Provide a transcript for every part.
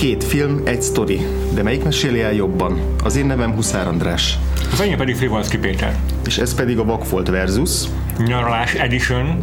2 film, egy sztori. De melyik meséli el jobban? Az én nevem Huszár András. Az enyém pedig Frivalszki Péter. És ez pedig a Vakfolt versus Nyaralás Edition.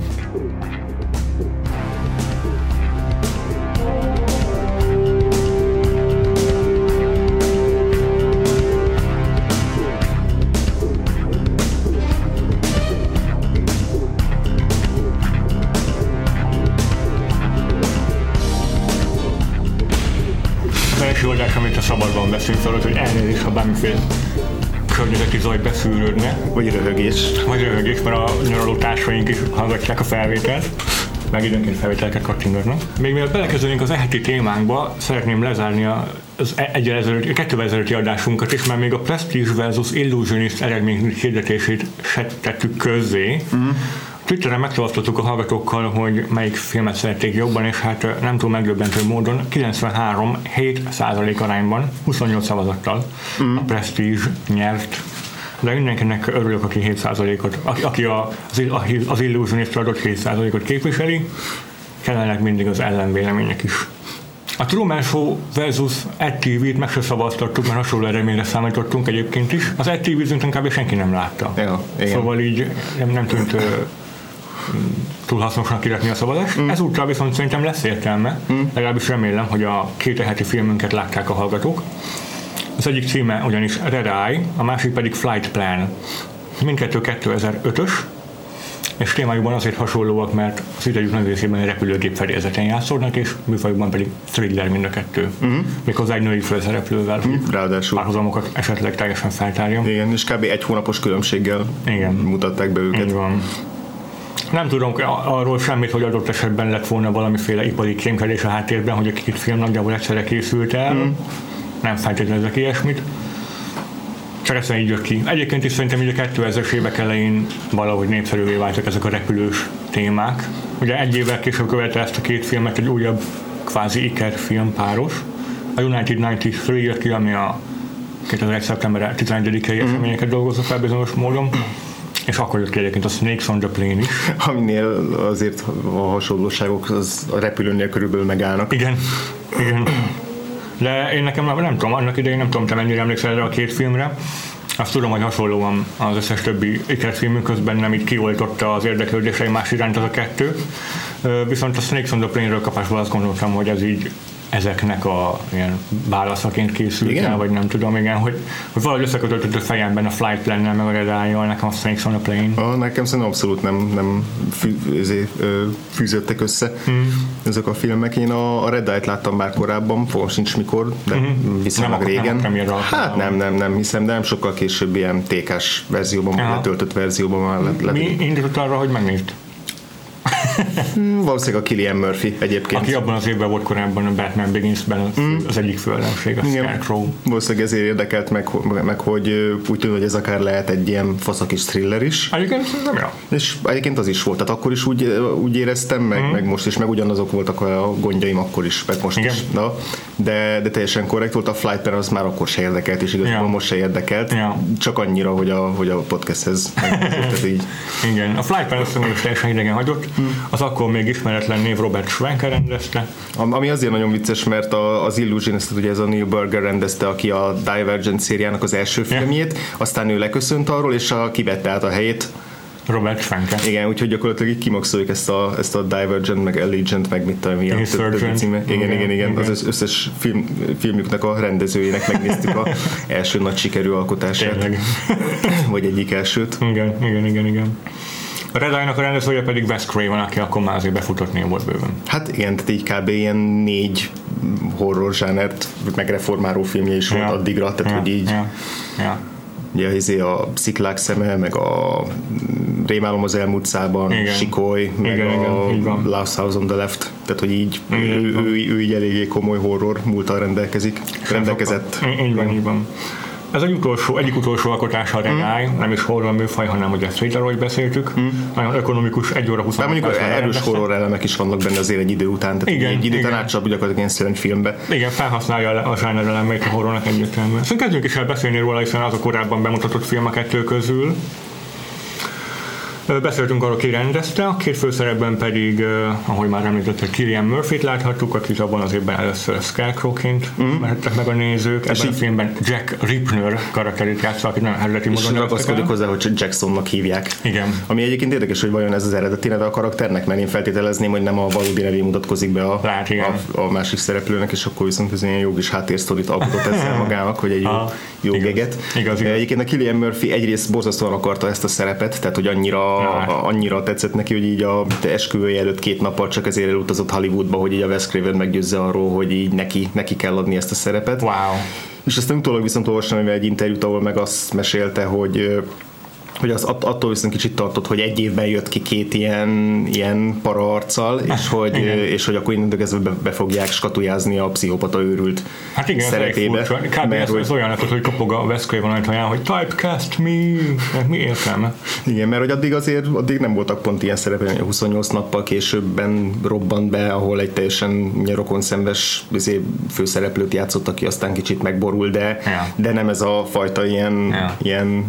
Oldás, amit a szabadban beszélünk arról, hogy elnézést, ha bármiféle környezeti zaj beszűrődne. Vagy röhögés, mert a nyaraló társaink is hallgatják a felvételt, meg időnként felvételeket kattingatnak. Még mielőtt belekezdődünk az heti témánkba, szeretném lezárni az 2 ezelőtti adásunkat is, mert még a Prestige versus Illusionist eredmény hirdetését se tettük közzé. Twitteren megszavaztattuk a hallgatókkal, hogy melyik filmet szerették jobban, és hát nem túl megdöbbentő módon 93-7% arányban, 28 szavazattal a Prestige nyert. De mindenkinek örülök, aki 7%-ot, aki az Illusionist adott 7%-ot képviseli, kellenek mindig az ellenvélemények is. A Truman Show versus Ed TV-t meg se szavaztattuk, mert hasonló eredményre számítottunk egyébként is. Az Ed TV-t inkább senki nem látta. Ja, szóval így nem tűnt túl hasznosnak kirakni a szavazást. Ezúttal viszont szerintem lesz értelme, legalábbis remélem, hogy a 2 heti filmünket látták a hallgatók. Az egyik címe ugyanis Red Eye, a másik pedig Flight Plan. Mindkettő 2005-ös, és témájukban azért hasonlóak, mert az idejük nagy részében repülőgép fedélzeten játszódnak, és műfajukban pedig thriller mind a kettő. Méghozzá egy női főszereplővel, ráadásul párhuzamokat esetleg teljesen feltárja. Igen, és kb. 1 hónapos különbséggel mutatták be őket. Így van. Nem tudom arról semmit, hogy adott esetben lett volna valamiféle ipari kémkedés a háttérben, hogy a 2 film nagyjából egyszerre készült el. Nem feltétlenül ezek ilyesmit. Csak egyszerűen így jött ki. Egyébként is szerintem így a 2000-es évek elején valahogy népszerűvé váltak ezek a repülős témák. Ugye 1 évvel később követte ezt a 2 filmet egy újabb kvázi ikerfilm páros. A United 93 jött ki, ami a 2001. szeptember 11-i eseményeket dolgozott fel bizonyos módon. És akkor jött ki egyébként a Snakes on the Plane is. Aminél azért a hasonlóságok az a repülőnél körülbelül megállnak. Igen. De én nekem nem tudom, annak idején nem tudom, te mennyire emlékszel erre a 2 filmre. Azt tudom, hogy hasonlóan az összes többi ikerfilmünk közben nem így kioltotta az érdeklődései más iránt az a 2. Viszont a Snakes on the Plane-ről kapásból azt gondoltam, hogy ez így ezeknek a ilyen válaszaként készült el, vagy nem tudom, igen, hogy valahogy összekötött a fejemben a Flight Plan-nel, meg a Red Eye-jal, nekem a Snakes on the Plane. Nekem szerintem abszolút nem fűződtek össze ezek a filmek. Én a Red Eye-t láttam már korábban, fogalmam sincs mikor, de viszonylag régen. Nem hiszem, de nem sokkal később ilyen TK-s verzióban, letöltött verzióban már Mi indított arra, hogy megnézd? Valószínűleg a Cillian Murphy egyébként. Aki abban az évben volt korábban a Batman Begins-ben az egyik főellenség, a Scarecrow. Valószínűleg ezért érdekelt meg, hogy úgy tűnik, hogy ez akár lehet egy ilyen faszakis thriller is. Egyébként nem jó. És egyébként az is volt, tehát akkor is úgy éreztem, meg most is, meg ugyanazok voltak a gondjaim akkor is, meg most is. Na, de teljesen korrekt volt, a Flight Plan az már akkor se érdekelt, és igazából most se érdekelt, csak annyira, hogy a podcasthez megnézett, így. Igen, a Flight Plan azt mondom, teljesen idegen hagyott. Az akkor még ismeretlen név Robert Schwenker rendezte. Ami azért nagyon vicces, mert az Illusionistet ugye ez a Neil Burger rendezte, aki a Divergent szériának az első filmjét, aztán ő leköszönt arról, és kivette át a helyét Robert Schwenker. Igen, úgyhogy gyakorlatilag így kimaxoljuk ezt a Divergent, meg Allegiant, meg mit tudom, milyen többi címe. Igen. Az összes filmjüknek a rendezőjének megnéztük az első nagy sikerű alkotását. Vagy egyik elsőt. Igen. A Red Eye-nak a rendezője pedig Wes Craven, aki akkor már azért befutott név volt bőven. Hát igen, tehát így kb. Ilyen 4 horror zsánert, meg reformáló filmje is volt addigra, tehát hogy így ugye a Sziklák szeme, meg a Rémálom az elmúlt szában, Sikoly, meg a Last House on the Left, tehát hogy így ő így eléggé komoly horror múlttal rendelkezett. Így van. Ez egyik utolsó alkotása a Red Eye, nem is horror műfaj, hanem ugye thriller, hogy beszéltük. Nagyon ökonomikus, 1 óra 20 perc. Mondjuk erős horror elemek is vannak benne azért egy idő után, tehát egy idő után átcsap gyakorlatilag ilyen széleny filmbe. Igen, felhasználja a zsáner elemeit a horrornak egyértelműen. Szóval kezdjünk is el beszélni róla, hiszen az a korábban bemutatott film a 2 közül. Beszéltünk arról, ki rendezte, a két főszerepben pedig, ahogy már említett, Cillian Murphyt láthattuk, akit abban az évben először Scarecrow-ként mehettek meg a nézők. Ebben a filmben Jack Ripner karakterét játsza, akit nem eredeti módon neveztek el. És ragaszkodik hozzá, hogy Jacksonnak hívják. Igen. Ami egyébként érdekes, hogy vajon ez az eredeti neve a karakternek, mert én feltételezném, hogy nem a valódi nevé mutatkozik be a másik szereplőnek, és akkor viszont ez ilyen jó kis háttérsztorit alkotott ezzel magának, hogy egy jó geget. Egyébként a Cillian Murphy egyrészt borzasztóan akarta ezt a szerepet, tehát hogy annyira tetszett neki, hogy így a esküvője előtt 2 nappal csak ezért elutazott Hollywoodba, hogy így a Wes Craven meggyőzze arról, hogy így neki kell adni ezt a szerepet. Wow. És aztán utólag viszont olvastam egy interjút, ahol meg azt mesélte, hogy az attól viszont kicsit tartott, hogy egy évben jött ki 2 ilyen para arccal, és hogy akkor innentől kezdve be fogják skatujázni a pszichopata őrült szerepébe. Ez olyan lett, hogy kopog a Wes Craven ajtaján, hogy typecast me, mi értelme? Igen, mert hogy addig nem voltak pont ilyen szerepek, 28 nappal későbben robbant be, ahol egy teljesen rokonszenves főszereplőt játszott, aki aztán kicsit megborul, de nem ez a fajta ilyen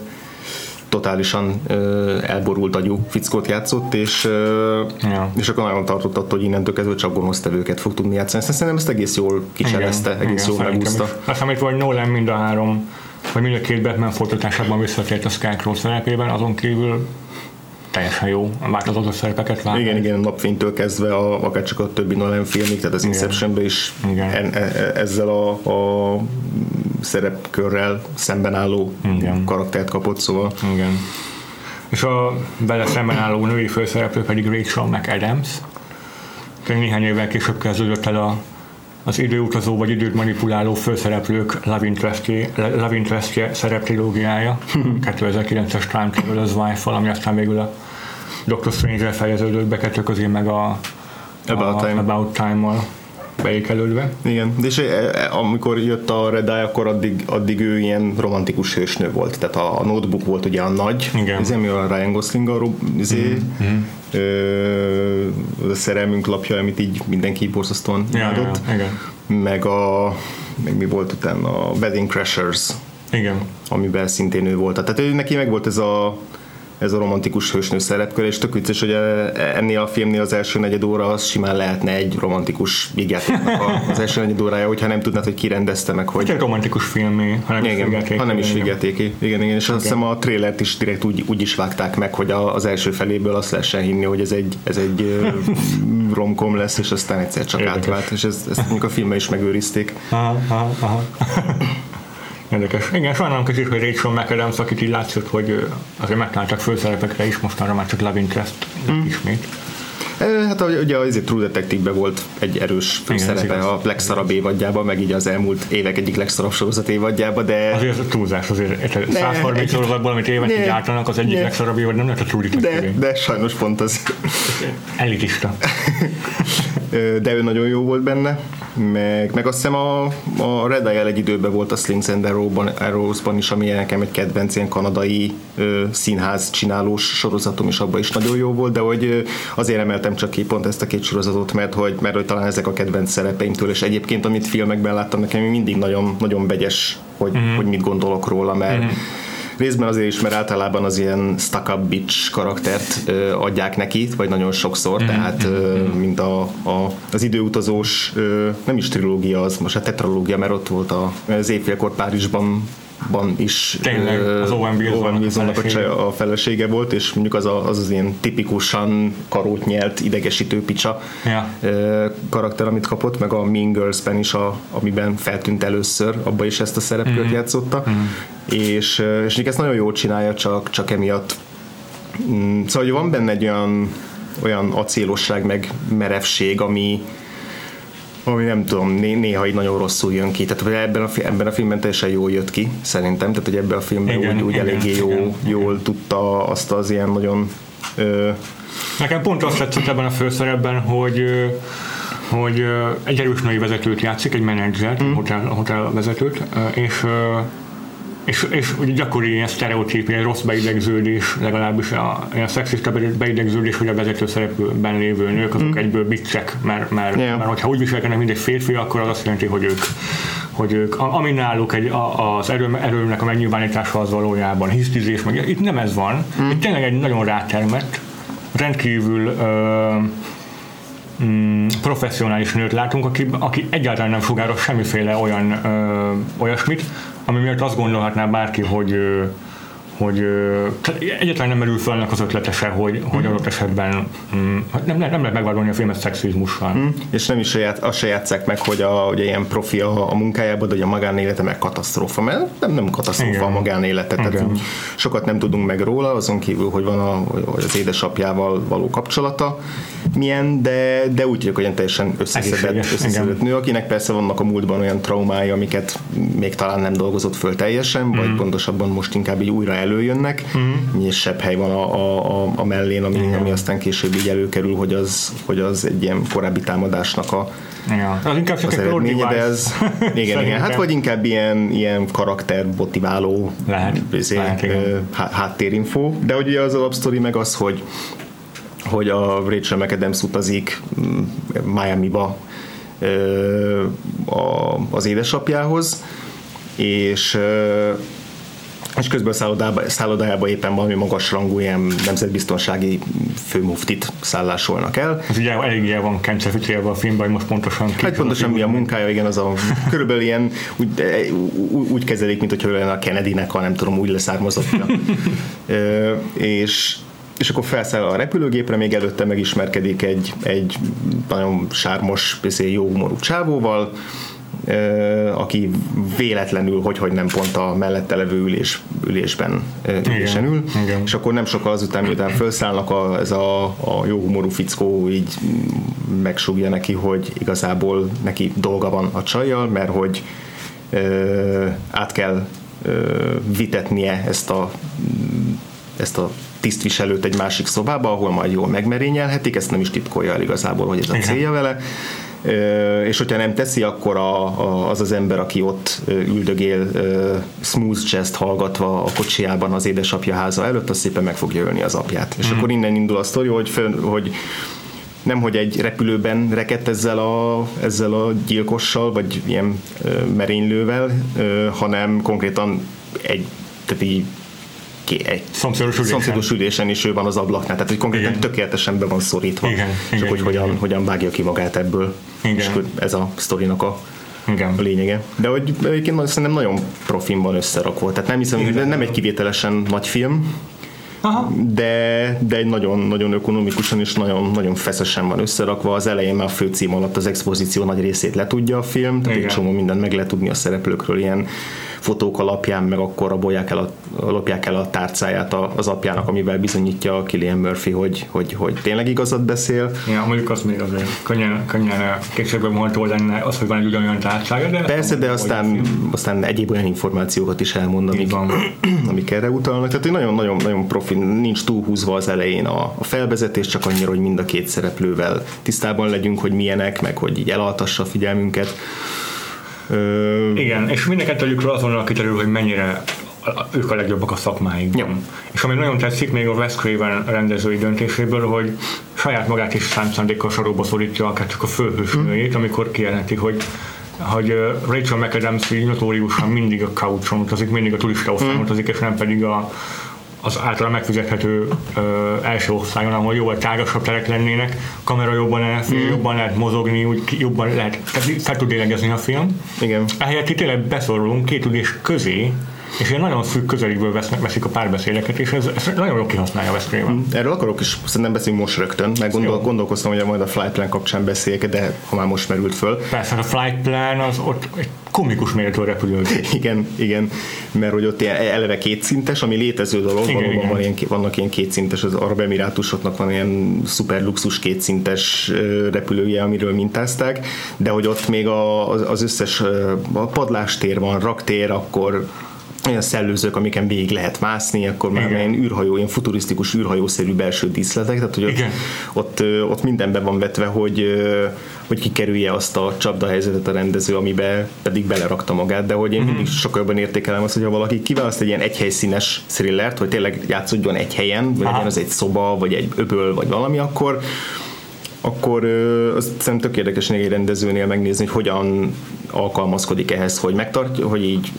totálisan elborult agyú fickót játszott, és akkor nagyon tartott attól, hogy innentől kezdve csak gonosztevőket fog tudni játszani. Szerintem ezt egész jól kicserezte, egész jól megúszta. Azt hiszem, hogy Nolan mind a 2 Batman folytatásában visszatért a Scarecrow szerepében, azon kívül teljesen jó változatos szerepeket vár. Igen, Napfénytől kezdve akár csak a többi Nolan filmig, tehát az Inceptionben is ezzel a szerepkörrel szemben álló karaktert kapott, szóval. Igen. És a vele szemben álló női főszereplő pedig Rachel McAdams. Néhány évvel később kezdődött el az időutazó vagy időt manipuláló főszereplők Love Interest-je szereptrilógiája, 2009-es Time Traveler's Wife-val, ami aztán végül a Doctor Strange-rel fejeződött be, 2 közé meg a About Time-mal beékelődve. Igen, és amikor jött a Red Eye, akkor addig ő ilyen romantikus hősnő volt. Tehát a Notebook volt ugye a nagy, ami a Ryan Gosling a szerelmünk lapja, amit így mindenki borzasztóan imádott. Meg mi volt utána a Wedding Crashers, amiben szintén ő volt. Tehát neki meg volt ez a romantikus hősnő szerepkör, és tök vicces, hogy ennél a filmnél az első negyed óra az simán lehetne egy romantikus vígjátéknak az első negyed órája, hogyha nem tudnád, hogy ki rendezte meg, hogy... Egy romantikus filmé, hanem is vígjátéké. Igen, és azt hiszem a trailert is direkt úgy is vágták meg, hogy az első feléből azt lehessen hinni, hogy ez egy romcom lesz, és aztán egyszer csak átvált, és ezt mondjuk a filmben is megőrizték. Aha. Érdekes. Igen, sajnálom kicsit, hogy Rachel McAdams, akit így látszott, hogy azért megtaláltak főszerepekre is, mostanra már csak Love Interest ismét. Hát ugye az True Detective-ben volt egy erős főszerepe a legszarabb évadjában, meg így az elmúlt évek egyik legszarabb sorozat évadjában, de... Azért ez a túlzás, azért 130 sorozatból, amit évet gyártanak, az egyik legszarabb évad nem lehet a True Detective. De sajnos pont az. Elitista. De ő nagyon jó volt benne, meg azt hiszem a Red Eye-el egy időben volt a Slings and Arrows-ban is, ami nekem egy kedvenc ilyen kanadai színház csinálós sorozatom, és abban is nagyon jó volt, de hogy azért emeltem csak ki pont ezt a 2 sorozatot, mert hogy talán ezek a kedvenc szerepeimtől, és egyébként amit filmekben láttam, nekem mindig nagyon, nagyon vegyes, hogy mit gondolok róla, mert részben azért is, mert általában az ilyen stuck-up bitch karaktert adják neki, vagy nagyon sokszor, tehát mint az időutazós, nem is trilógia az, most a tetralógia, mert ott volt az Éjfélkor Párizsban is. Tényleg, az Owen Wilsonnak a felesége volt, és mondjuk az ilyen tipikusan karót nyelt, idegesítő picsa karakter, amit kapott, meg a Mean Girls-ben is, amiben feltűnt először, abban is ezt a szerepkört játszotta, és ezt nagyon jól csinálja, csak emiatt. Szóval, hogy van benne egy olyan acélosság, meg merevség, ami nem tudom, néha így nagyon rosszul jön ki. Tehát ebben a filmben teljesen jól jött ki, szerintem. Tehát, hogy ebben a filmben úgy eléggé jól tudta azt az ilyen nagyon... Nekem pont azt tetszett ebben a főszerepben, hogy egy erős női vezetőt játszik, egy menedzsert, hotel vezetőt, és ugye gyakori ilyen sztereotíp, ilyen rossz beidegződés, legalábbis ilyen szexista beidegződés, hogy a vezető szerepben lévő nők azok egyből biccek, mert hogyha úgy viselkednek, mint egy férfi, akkor az azt jelenti, hogy hogy ők, ami náluk az erőnek a megnyilvánítása az valójában hisztizés, meg itt nem ez van. Itt tényleg egy nagyon rátermett, rendkívül professzionális nőt látunk, aki egyáltalán nem sugároz semmiféle olyasmit, ami miatt azt gondolhatná bárki, hogy egyáltalán nem merül fel annak az ötletese, hogy adott esetben nem lehet megvádolni a filmet szexizmussal. És nem is azt se játsszák meg, hogy ugye ilyen profi a munkájában, de hogy a magánélete meg katasztrófa, mert nem katasztrófa. Igen. A magánélete, tehát sokat nem tudunk meg róla, azon kívül, hogy van az édesapjával való kapcsolata milyen, de úgy tudjuk, hogy olyan teljesen összeszedett nő, akinek persze vannak a múltban olyan traumái, amiket még talán nem dolgozott föl teljesen, vagy pontosabban most inkább így újra előjönnek, és sebb hely van a mellén, ami aztán később így előkerül, hogy az egy ilyen korábbi támadásnak az inkább csak egy eredménye, de ez igen, hát vagy inkább ilyen karakter motiváló háttérinfó, de hogy ugye az alapsztori meg az, hogy a Rachel McAdams utazik Miami-ba az édesapjához, és közben a szállodájában éppen valami magasrangú ilyen nemzetbiztonsági főmuftit szállásolnak el. Ez ugye elég el van kencerfűtélve a filmben, hogy most pontosan hát pontosan mi a munkája, igen, az a körülbelül ilyen úgy kezelik, mint hogyha lenne a Kennedynek a nem tudom, úgy leszármazottja. És akkor felszáll a repülőgépre, még előtte megismerkedik egy nagyon sármos, jó humorú csávóval, aki véletlenül, hogy nem pont a mellette levő ülésen ül, igen. És akkor nem sokkal azután, miután felszállnak, ez a jó humorú fickó így megsúgja neki, hogy igazából neki dolga van a csajjal, mert hogy át kell vitetnie ezt a tisztviselőt egy másik szobába, ahol majd jól megmerényelhetik, ezt nem is titkolja el igazából, hogy ez a célja vele. És hogyha nem teszi, akkor az ember, aki ott üldögél smooth jazz-t hallgatva a kocsijában az édesapja háza előtt, az szépen meg fogja ölni az apját. És akkor innen indul a sztori, hogy nemhogy egy repülőben rekedt ezzel a gyilkossal, vagy ilyen merénylővel, hanem konkrétan egy szomszédos ülésen is ő van az ablaknál, tehát hogy konkrétan tökéletesen be van szorítva, csak hogy hogyan vágja ki magát ebből, és ez a sztorinak a lényege. De hogy egyébként szerintem nagyon profin van összerakva, tehát nem hiszem, nem egy kivételesen nagy film, de egy nagyon ökonomikusan és nagyon feszesen van összerakva. Az elején már a főcím alatt az expozíció nagy részét letudja a film, tehát egy csomó mindent meg lehet tudni a szereplőkről, ilyen fotók alapján, meg akkor lopják el a tárcáját az apjának, amivel bizonyítja a Cillian Murphy, hogy tényleg igazat beszél. Ja, mondjuk az még azért könnyen kétségbe mondható lenne az, hogy van egy ugyanolyan tárcája, de... Persze, de aztán egyéb olyan információkat is elmond, amik erre utalnak. Tehát nagyon profi, nincs túlhúzva az elején a felvezetés, csak annyira, hogy mind a két szereplővel tisztában legyünk, hogy milyenek, meg hogy így elaltassa a figyelmünket. Igen, és mindenkettőjükről azonnal kiterül, hogy mennyire ők a legjobbak a szakmáikban. Ja. És ami nagyon tetszik még a Wes Craven rendezői döntéséből, hogy saját magát is számszándékkal sorokba szorítja akár csak a főhősnőjét, amikor kijelenti, hogy Rachel McAdams notóriusan mindig a couchon utazik, mindig a turista osztályon utazik, és nem pedig az általán megfizethető első osztályon, ahol jóval tágasabb terek lennének, kamera jobban elfér, jobban lehet mozogni, úgy jobban lehet, fel tud élegezni a film. Igen. Ehelyett itt tényleg beszorulunk két ülés közé, és ilyen nagyon szűk közeléből veszik a párbeszédeket, és ez nagyon jól kihasználja a Wes Craven. Erről akarok is szerintem beszélni most rögtön, meg gondolkoztam, hogy majd a Flight Plan kapcsán beszéljek, de ha már most merült föl. Persze, a Flight Plan az ott egy komikus méretű repülőgép. Igen, mert hogy ott ilyen eleve kétszintes, ami létező dolog, valóban vannak ilyen kétszintes, az Arab Emirátusoknak van ilyen szuper luxus kétszintes repülője, amiről mintázták, de hogy ott még az összes padlástér van, raktér, akkor olyan szellőzők, amiken végig lehet mászni, akkor már ilyen űrhajó, ilyen futurisztikus űrhajószerű belső díszletek, tehát hogy ott mindenben van vetve, hogy kikerülje azt a csapdahelyzetet a rendező, amiben pedig belerakta magát, de hogy én mindig sokkal jobban értékelem azt, hogyha valaki kiválaszt egy ilyen egyhelyszínes thrillert, hogy tényleg játszódjon egy helyen, vagy legyen az egy szoba, vagy egy öböl, vagy valami, akkor azt szerintem tök érdekes egy rendezőnél megnézni, hogy hogyan alkalmazkodik ehhez, hogy megtartja, hogy így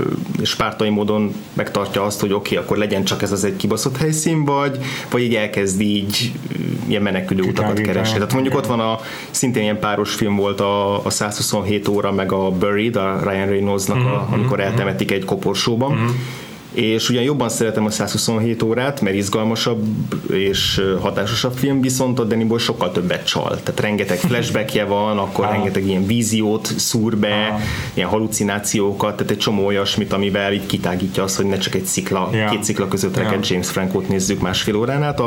spártai módon megtartja azt, hogy oké, akkor legyen csak ez az egy kibaszott helyszín, vagy így elkezd így ilyen menekülő utakat keresni. Tehát mondjuk ott van szintén ilyen páros film volt a 127 óra, meg a Buried, a Ryan Reynoldsnak, amikor eltemetik egy koporsóban. És ugyan jobban szeretem a 127 órát, mert izgalmasabb és hatásosabb film, viszont a Danny Boyle sokkal többet csal. Tehát rengeteg flashbackje van, akkor rengeteg ilyen víziót szúr be, ilyen halucinációkat, tehát egy csomó olyasmit, amivel így kitágítja azt, hogy ne csak két szikla között reked James Frankot nézzük másfél órán át.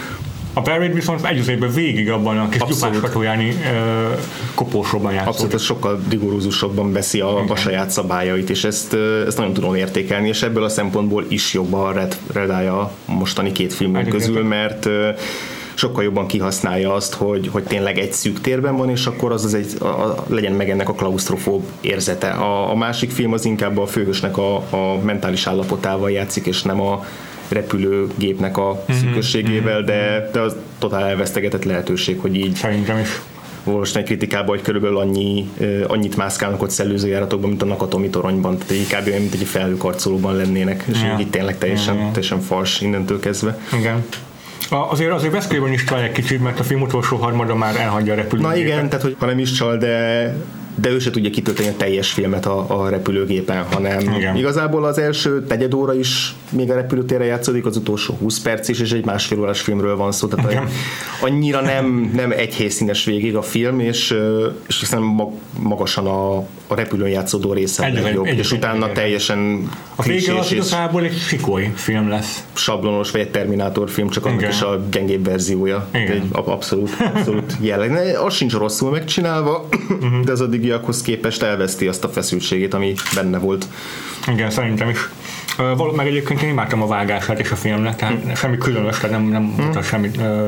A Buried viszont egy az egyben végig abban a kis gyupás katójáni koporsóban játszik. Abszolút, ez sokkal rigorózusabban veszi a saját szabályait, és ezt nagyon tudom értékelni, és ebből a szempontból is jobb a Red-Eye a mostani két filmünk közül, mert sokkal jobban kihasználja azt, hogy tényleg egy szűk térben van, és akkor legyen meg ennek a klausztrofób érzete. A másik film az inkább a főhősnek a mentális állapotával játszik, és nem a repülőgépnek a szűkösségével, de az totál elvesztegetett lehetőség, hogy így szerintem is olvasni egy kritikában, hogy körülbelül annyit mászkálnak ott szellőzőjáratokban, mint a Nakatomi toronyban, tehát így kb. Mint egy felhőkarcolóban lennének, és így tényleg teljesen fals innentől kezdve. Igen. Azért Veszprémben is csal egy kicsit, mert a film utolsó harmada már elhagyja a repülőgépet. Na igen, tehát hogy ha nem is csal, de ő se tudja kitölteni a teljes filmet a repülőgépen, hanem igazából az első negyed óra is még a repülőtérre játszódik, az utolsó 20 perc is, és egy másfél órás filmről van szó, tehát annyira nem egy helyszínes végig a film, és hiszen magasan a repülőn játszódó része a legjobb, és utána teljesen a vége az igazából egy Sikoly film lesz. Sablonos, vagy egy Terminátor film, csak annak is a gyengébb verziója. Egy abszolút jelleg. Az sincs rosszul megcsinálva, de az addigiakhoz képest elveszti azt a feszültségét, ami benne volt. Igen, szerintem is. Meg egyébként én imádtam a vágását és a filmnek, tehát semmi különös, tehát nem mutat semmi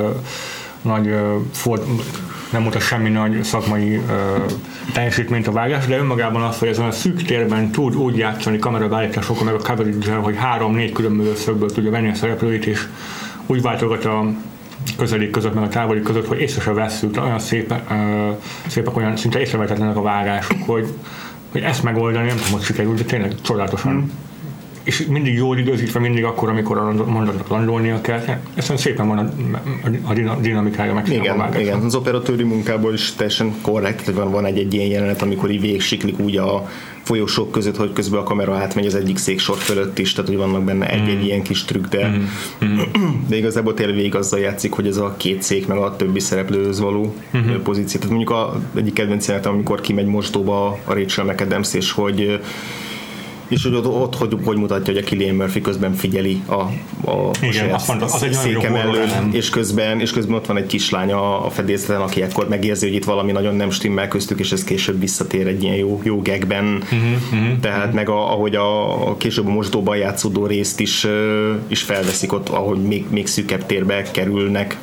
nem mutat semmi nagy szakmai teljesítményt a vágás, de önmagában az, hogy ezen a szűk térben tud úgy játszani kamerabeállításokkal, meg a coverage-el, hogy 3-4 különböző szögből tudja venni a szereplőit, és úgy váltogat a közelik között, meg a távolik között, hogy észre se vesszük, olyan szépek, olyan szinte észrevehetetlenek a vágások, hogy ezt megoldani nem tudom, hogy sikerült, de tényleg csodálatosan. És mindig jól időzítve, mindig akkor, amikor a mondatnak landolnia kell. Ezen szépen van a dinamikája megcsinálva. Igen, az operatőri munkából is teljesen korrekt, hogy van egy ilyen jelenet, amikor így végigsiklik úgy a folyosók között, hogy közben a kamera átmegy az egyik széksor fölött is, tehát hogy vannak benne egy ilyen kis trükk, de igazából tényleg végig azzal játszik, hogy ez a két szék meg a többi szereplőhöz való pozíció. Tehát mondjuk egyik kedvenc jelenet, amikor kimegy mosdóba a Rachel McAdams, és hogy ott hogy mutatja, hogy a Cillian Murphy közben figyeli a saját széke mellől, és közben ott van egy kislány a fedélzeten, aki ekkor megérzi, hogy itt valami nagyon nem stimmel köztük, és ez később visszatér egy ilyen jó gagben. Tehát meg ahogy a később a mosdóban játszódó részt is felveszik ott, ahogy még szűkebb térbe kerülnek.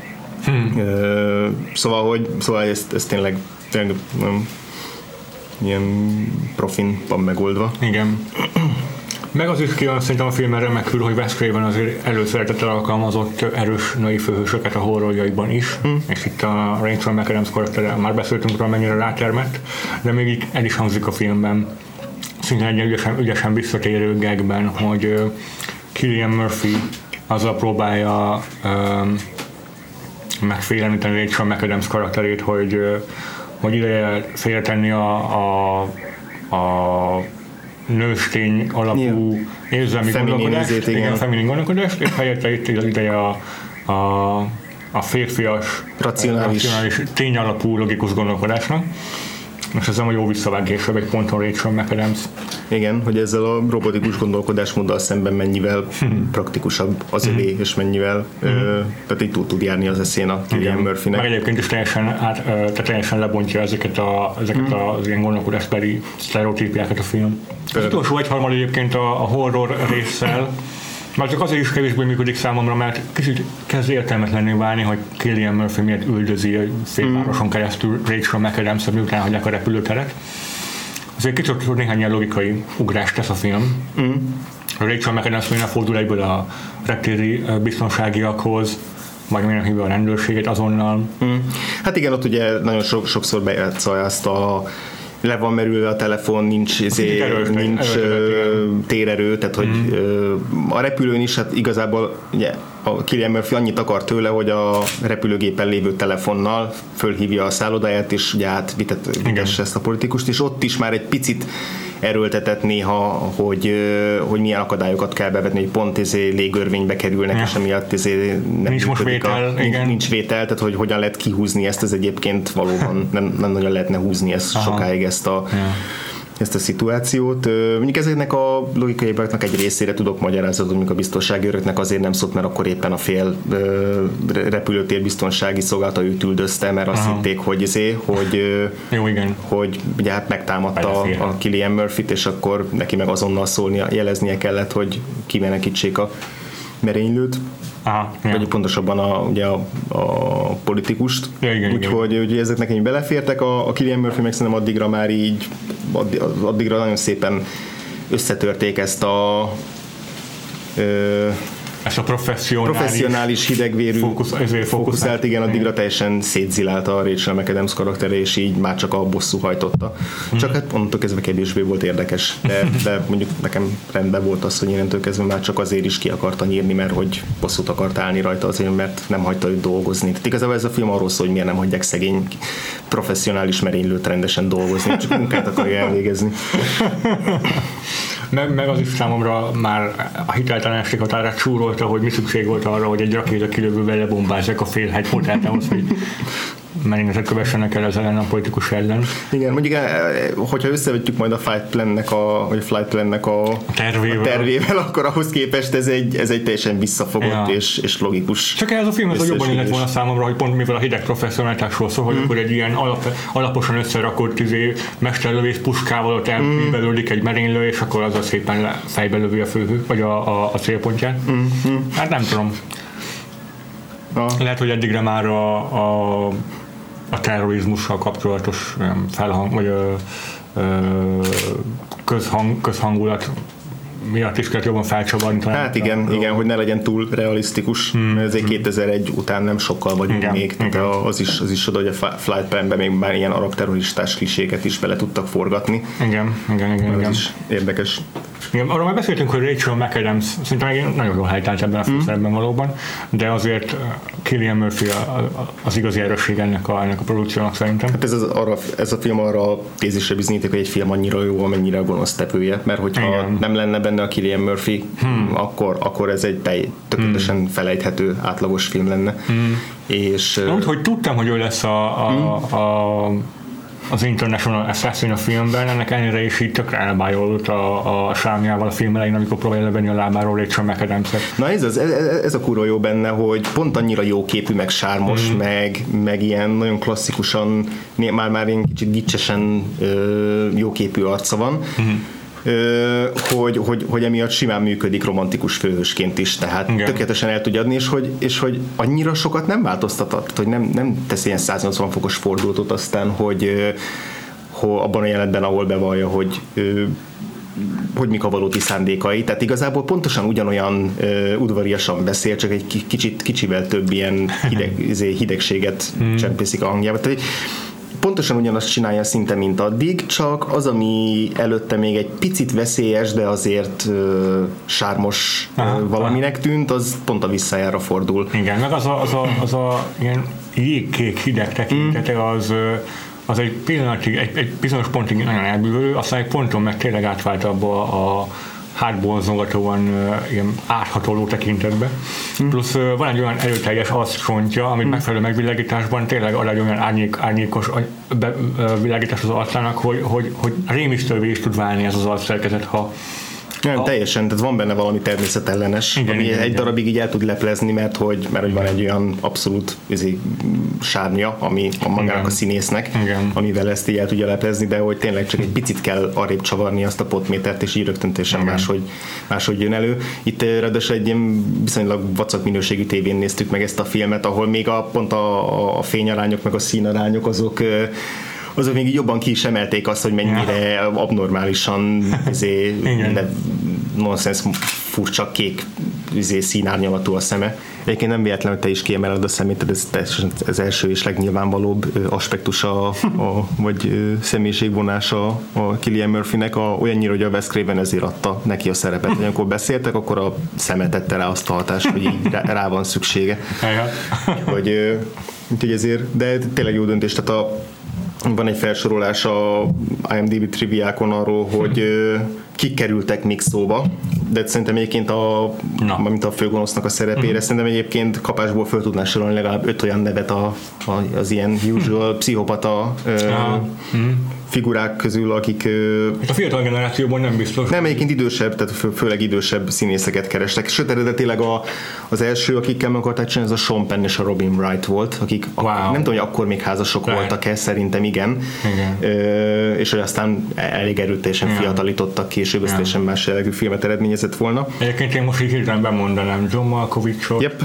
Szóval ez tényleg ilyen profin van megoldva. Igen. Meg az is kijön szerintem a filmen remekül, hogy Wes Craven azért előszeretettel alkalmazott erős női főhősöket a horrorjaiban is, és itt a Rachel McAdams karaktere, már beszéltünk róla, mennyire rátermett, de még így el is hangzik a filmben, szinte egy ügyesen visszatérő gagben, hogy Cillian Murphy azzal próbálja megfélemlíteni Rachel McAdams karakterét, hogy ideje félretenni a nőstény alapú érzelmi gondolkodást, feminin gondolkodást, és helyette itt ideje a férfias, racionális tényalapú logikus gondolkodásnak. És ez nem a jó visszavágésra, egy ponton Rachel McAdams. Igen, hogy ezzel a robotikus gondolkodásmóddal szemben mennyivel praktikusabb az övé, és mennyivel tehát így túl tud járni az eszén a Cillian Murphynek. Meg egyébként is teljesen lebontja ezeket az ilyen gondolkodásbeli sztereotípiákat a film. Az utolsó egyharmad egyébként a horror résszel, már csak azért is kevésbé működik számomra, mert kicsit kezd értelmetlenné válni, hogy Cillian Murphy miért üldözi a félvároson keresztül Rachel McAdams-t, miután hagyják a repülőteret. Azért kicsit néhány ilyen logikai ugrást tesz a film. Rachel McAdams miért fordul egyből a reptéri biztonságiakhoz, vagy miért hívja a rendőrséget azonnal. Hát igen, ott ugye nagyon sokszor bejátsza ezt a le van merülve a telefon, nincs térerő, tehát hogy a repülőn is, hát igazából ugye, a Cillian Murphy annyit akar tőle, hogy a repülőgépen lévő telefonnal fölhívja a szállodáját, és ugye átvitesse ezt a politikust, és ott is már egy picit erőltetett néha, hogy milyen akadályokat kell bevetni, hogy pont légörvénybe kerülnek, és emiatt nem nincs most vétel, nincs vétel, tehát hogy hogyan lehet kihúzni ezt, ez egyébként valóban nem nagyon lehetne húzni ezt sokáig ezt a szituációt. Mondjuk ezeknek a logikai hibáknak egy részére tudok magyarázatot, mondjuk a biztonsági őröknek azért nem szólt, mert akkor éppen a fél repülőtér biztonsági szolgálata őt üldözte, mert azt hitték, hogy ugye hát megtámadta a Cillian Murphyt, és akkor neki meg azonnal jeleznie kellett, hogy kimenekítsék a merénylőt. Vagy pontosabban a politikust. Úgyhogy ezek nekem belefértek. A Cillian Murphy meg szerintem addigra nagyon szépen összetörték ezt a professzionális hidegvérű fókuszált, igen, addigra teljesen szétzilálta a Rachel McAdams karaktere, és így már csak a bosszú hajtotta. Csak hát onnantól kezdve kevésbé volt érdekes, de mondjuk nekem rendben volt az, hogy innentől kezdve már csak azért is ki akarta nyírni, mert hogy bosszút akart állni rajta, azért, mert nem hagyta őt dolgozni. Tehát igazából ez a film arról szól, hogy miért nem hagyják szegény professzionális merénylőt rendesen dolgozni, csak munkát akarja elvégezni. Meg az is számomra már a hiteltelenség határát súrolta, hogy mi szükség volt arra, hogy egy rakéta kilövővel lebombázzák a félhegy hotelt ahhoz, hogy merényletet kövessenek el ezzel a politikus ellen. Igen, mondjuk, hogyha összevetjük majd a Flight Plan-nek a tervével, akkor ahhoz képest ez egy teljesen visszafogott és logikus. Csak ez a film ez jobban illett volna számomra, hogy pont mivel a hideg professzionalitásról szól, hogy akkor egy ilyen alaposan összerakott mesterlövész puskával ott elbelődik egy merénylő, és akkor az szépen fejbe lövi a főhő, vagy a célpontját. Hát nem tudom. Lehet, hogy eddigre már a terrorizmussal kapcsolatos felhang, vagy közhangulat miatt is kellett jobban felcsavarni. Hát igen, hogy ne legyen túl realisztikus. Ezért 2001 után nem sokkal vagyunk még. Az is oda, hogy a Flight Plan-ben még már ilyen arab terroristás kliséket is bele tudtak forgatni. Igen. Ez is érdekes. Igen, arról már beszéltünk, hogy Rachel McAdams szerintem nagyon jól helytált ebben a főszerepben valóban, de azért Cillian Murphy az igazi erősség ennek a produkciónak szerintem. Hát ez a film arra a tézisre bizonyíték, hogy egy film annyira jó, amennyire a gonosz tevője, mert hogyha nem lenne benne a Cillian Murphy, akkor ez egy tökéletesen felejthető, átlagos film lenne. És hogy tudtam, hogy ő lesz az International Assassin a filmben, ennek ellenére is így tökre elbájolult a sámjával a film elején, amikor próbálja levenni a lábáról Rachel McAdams-et. Na ez a kurva jó benne, hogy pont annyira jó képű, meg sármos, meg ilyen nagyon klasszikusan, már ilyen kicsit gicsesen jó képű arca van, hogy emiatt simán működik romantikus főhősként is, tehát tökéletesen el tudja adni, és hogy annyira sokat nem változtat, hogy nem tesz ilyen 180 fokos fordulatot aztán, hogy abban a jelenetben, ahol bevallja, hogy mik a valódi szándékai, tehát igazából pontosan ugyanolyan udvariasan beszél, csak egy kicsivel több ilyen hidegséget csempészik a hangjával. Tehát pontosan ugyanazt csinálja szinte, mint addig, csak az, ami előtte még egy picit veszélyes, de azért sármos valaminek tűnt, az pont a visszájára fordul. Igen, meg az a ilyen jégkék hideg tekintete, az egy pillanatig, egy bizonyos pontig nagyon elbűvölő, aztán egy ponton meg tényleg átvált abba a hátborzongatóan ilyen áthatoló tekintetbe. Plusz van egy olyan erőteljes arccsontja, amit megfelelő megvilágításban tényleg ad egy olyan árnyékos világítás az arcának, hogy rémisztővé is tud válni ez az arcszerkezet, ha teljesen, tehát van benne valami természetellenes, ami egy darabig így el tud leplezni, mert hogy van egy olyan abszolút sárnya, ami magának a színésznek, amivel ezt így el tudja leplezni, de hogy tényleg csak egy picit kell arrébb csavarni azt a potmétert, és így rögtön teljesen máshogy jön elő. Itt ráadásul egy ilyen viszonylag vacak minőségű tévén néztük meg ezt a filmet, ahol még pont a fényarányok, meg a színarányok azok még így jobban ki is emelték azt, hogy mennyire abnormálisan nonsens furcsa kék színárnyalatú a szeme. Egyébként nem véletlenül te is kiemeled a szemét, ez az első és legnyilvánvalóbb aspektusa vagy személyiségvonása a Cillian Murphynek, olyannyira, hogy a Wes Craven ezért adta neki a szerepet. Hogy amikor beszéltek, akkor a szeme tette rá azt a hatást, hogy így rá van szüksége. Úgyhogy ezért, de tényleg jó döntés. Tehát van egy felsorolás a IMDb triviákon arról, hogy kik kerültek még szóba, de szerintem egyébként mint a főgonosznak a szerepére, szerintem egyébként kapásból föl tudnál sorolni legalább 5 olyan nevet az ilyen usual pszichopata figurák közül, akik... A fiatal generációban nem biztos. Nem, egyébként idősebb, tehát főleg idősebb színészeket kerestek. Sőt, eredetileg az első, akikkel meg akarták csinálni, az a Sean Penn és a Robin Wright volt, akik nem tudom, hogy akkor még házasok voltak-e, szerintem igen. És hogy aztán elég erőteljesen fiatalítottak, később teljesen más jellegű filmet eredményezett volna. Egyébként én most így hirtelen bemondanám John Malkovichot. Yep.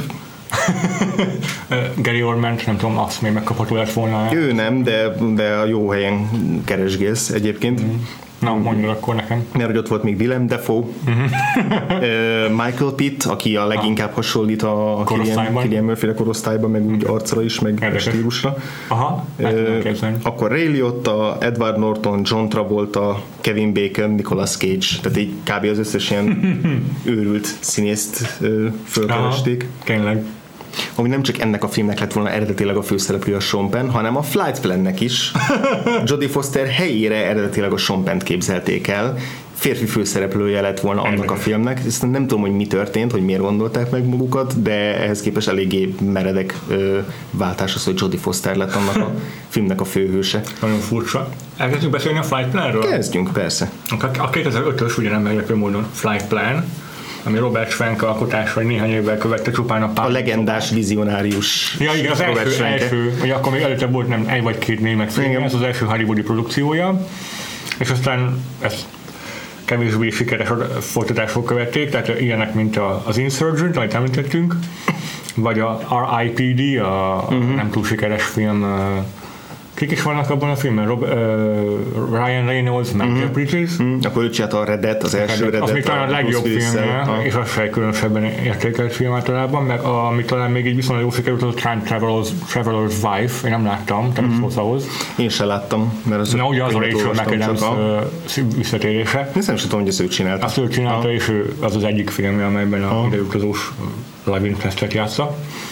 Gary Oldman, nem tudom, azt még megkapható lett volna. Ő nem, de a jó helyen keresgélsz egyébként. Na, mondjad akkor nekem. Mert hogy ott volt még Willem Dafoe, Michael Pitt, aki a leginkább hasonlít a Cillian Murphy-re korosztályban, meg úgy arcra is, meg stílusra. Akkor Ray Liotta, Edward Norton, John Travolta, Kevin Bacon, Nicolas Cage, tehát így kb. Az összes ilyen őrült színészt fölkeresték. Tényleg. Ami nem csak ennek a filmnek lett volna eredetileg a főszereplő a Sean Penn, hanem a Flight Plan-nek is. Jodie Foster helyére eredetileg a Sean Penn-t képzelték el. Férfi főszereplője lett volna annak a filmnek. Ezt nem tudom, hogy mi történt, hogy miért gondolták meg magukat, de ehhez képest eléggé meredek váltás az, hogy Jodie Foster lett annak a filmnek a főhőse. Nagyon furcsa. Elkezdjünk beszélni a Flight Planről? Kezdjünk, persze. A 2005-ös, ugye nem meglepő módon Flight Plan, ami Robert Schwenk alkotása, vagy néhány évvel követte csupán a legendás vizionárius. Ja, igen, az első, vagy akkor még előtte volt nem egy vagy két német film, ez az első hollywoodi produkciója, és aztán ezt kevésbé sikeres folytatások követték, tehát ilyenek, mint az Insurgent, amit említettünk, vagy a R.I.P.D., nem túl sikeres film. Kik is vannak abban a filmben? Ryan Reynolds, meg Jeff Bridges. Akkor ő csinálta a Redet, az első Redet. Az még talán a legjobb filmje, és az se különösebben értékelt film általában, meg ami talán még így viszonylag jó sikerült, az a Time Traveler's Wife, én nem láttam, tehát szólsz ahhoz. Én se láttam, mert az ugye az a Rachel McAdams visszatérése. Én nem tudom, hogy ezt ő csinálta. Azt ő csinálta, és az az egyik filmje, amelyben a ideutazós Labyrinth-et játsza.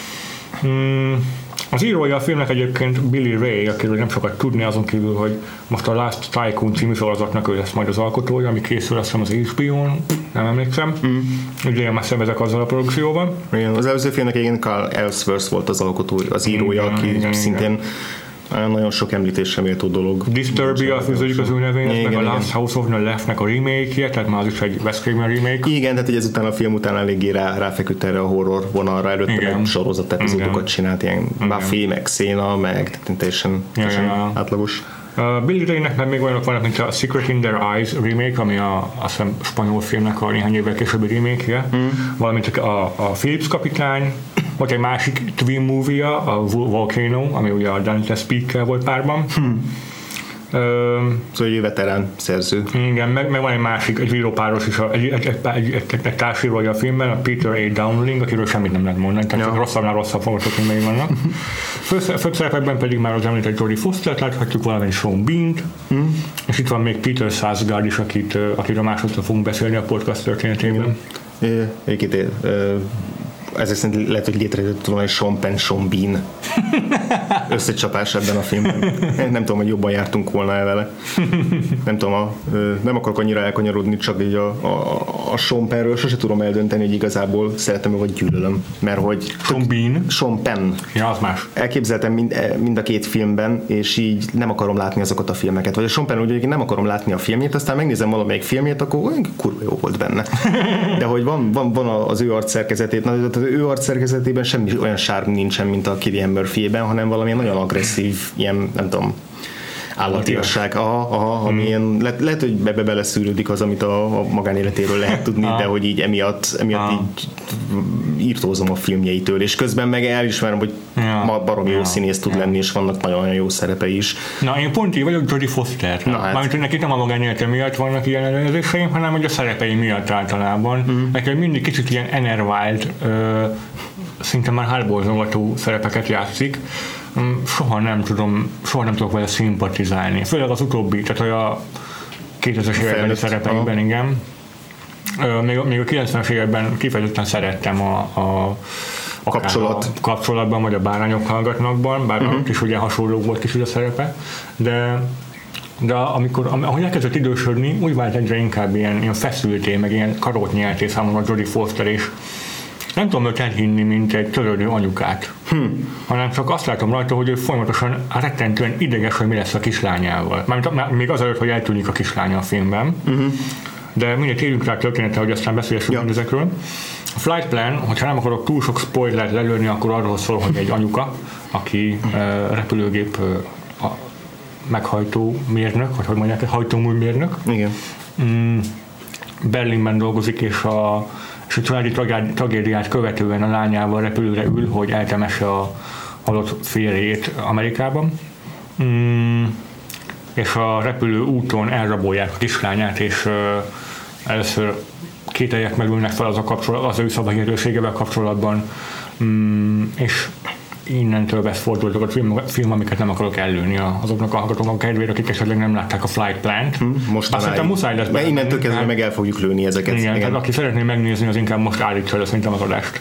Az írója a filmnek egyébként Billy Ray, akiről nem sokat tudni, azon kívül, hogy most a Last Tycoon című sorozatnak ő lesz majd az alkotója, ami készül azt hiszem az HBO-n, nem emlékszem. Ugye már szemezek azzal a produkcióban. Igen, az előző filmnek egyébként Carl Ellsworth volt az alkotója, az írója, aki szintén nagyon sok említésre méltó dolog. Disturbia fűződik az ő nevéhez, meg a Last House of the Left-nek a remake-je, tehát már az is egy Wes Craven remake. Igen, tehát ezután a film után eléggé ráfeküdt erre a horror vonalra, előtte meg sorozat epizódokat csinált, ilyen Buffy, meg Xena, meg teljesen átlagos. Billy Ray-nek meg még olyanok vannak, mint a Secret in Their Eyes remake, ami azt hiszem spanyol filmnek a néhány évvel későbbi remake-je, valamint a Phillips kapitány, vagy egy másik twin movie-ja, a Volcano, ami ugye a Dante Speake-kel volt párban. Szóval egy veterán szerző. Igen, meg van egy másik, egy vírópáros is, egy társírója a filmben, a Peter A. Dowling, akiről semmit nem lehet mondani, tehát rosszabbnál rosszabb forgatókönyvei vannak. Főszerepekben pedig már az említett Jodie Fostert láthatjuk, valamint Sean Bean-t, és itt van még Peter Sarsgaard is, akiről másodszor fogunk beszélni a podcast történetében. Egyébként ezek szerint lehet, hogy létrejött volna egy Sean Penn, Sean Bean összecsapás ebben a filmben. Nem tudom, hogy jobban jártunk volna el vele. Nem tudom, nem akarok annyira elkanyarodni, csak így a Sean Pennről sose tudom eldönteni, hogy igazából szeretem vagy gyűlölöm. Mert hogy Sean Penn. Ja, az más. Elképzeltem mind a két filmben, és így nem akarom látni azokat a filmeket. Vagy a Sean Penn úgy, hogy nem akarom látni a filmjét, aztán megnézem valamelyik filmjét, akkor kurva jó volt benne. De hogy van az ő arcszerkezetét, az ő arcszerkezetében semmi olyan sárm nincsen, mint a Cillian Murphy-ben, hanem valamilyen nagyon agresszív, ilyen, nem tudom, állatiasság, amilyen, lehet, hogy beleszűrődik az, amit a magánéletéről lehet tudni, de hogy így emiatt így írtózom a filmjeitől, és közben meg elismerem, hogy baromi jó színész tud lenni, és vannak nagyon jó szerepei is. Na, én pont így vagyok Jodie Foster. Mármint, hogy neki nem a magánélete miatt vannak ilyen előzéseim, hanem hogy a szerepei miatt általában. Nekem mindig kicsit ilyen enervált, szinte már hátborzongató szerepeket játszik, soha nem tudok vele szimpatizálni. Főleg az utóbbi, tehát a 2000-es évekbeli szerepeiben, igen. Még a 90-es években kifejezetten szerettem a kapcsolatban, vagy a Bárányok hallgatnakban, bár ott is ugye hasonló volt kicsit a szerepe, de ahogy elkezdett idősödni, úgy vált egyre inkább ilyen feszülté, meg ilyen karótnyelté számomra Jodie Foster, és nem tudom őt elhinni, mint egy törődő anyukát, hanem csak azt látom rajta, hogy ő folyamatosan rettentően ideges, hogy mi lesz a kislányával. Mármint még azelőtt, hogy eltűnik a kislánya a filmben, de mindegy térjünk rá a történetre, hogy aztán beszélessünk ezekről. A Flight Plan, hogyha nem akarok túl sok spoilert lelőni, akkor arról szól, hogy egy anyuka, aki repülőgép meghajtó mérnök, vagy hogy mondják, hajtóműmérnök. Igen. Berlinben dolgozik, és a családi tragédiát követően a lányával repülőre ül, hogy eltemesse a halott férjét Amerikában. És a repülő úton elrabolják a kislányát, és először kételyek merülnek fel az ő szavahihetőségevel kapcsolatban, és innentől vesz fordulatok a film, amiket nem akarok ellőni azoknak a hallgatóknak kedvére, akik esetleg nem látták a Flight Plant. Azt muszáj lesz. Mert innentől kezdve meg el fogjuk lőni ezeket. Igen. Tehát aki szeretné megnézni, az inkább most állítsa le szerintem az adást.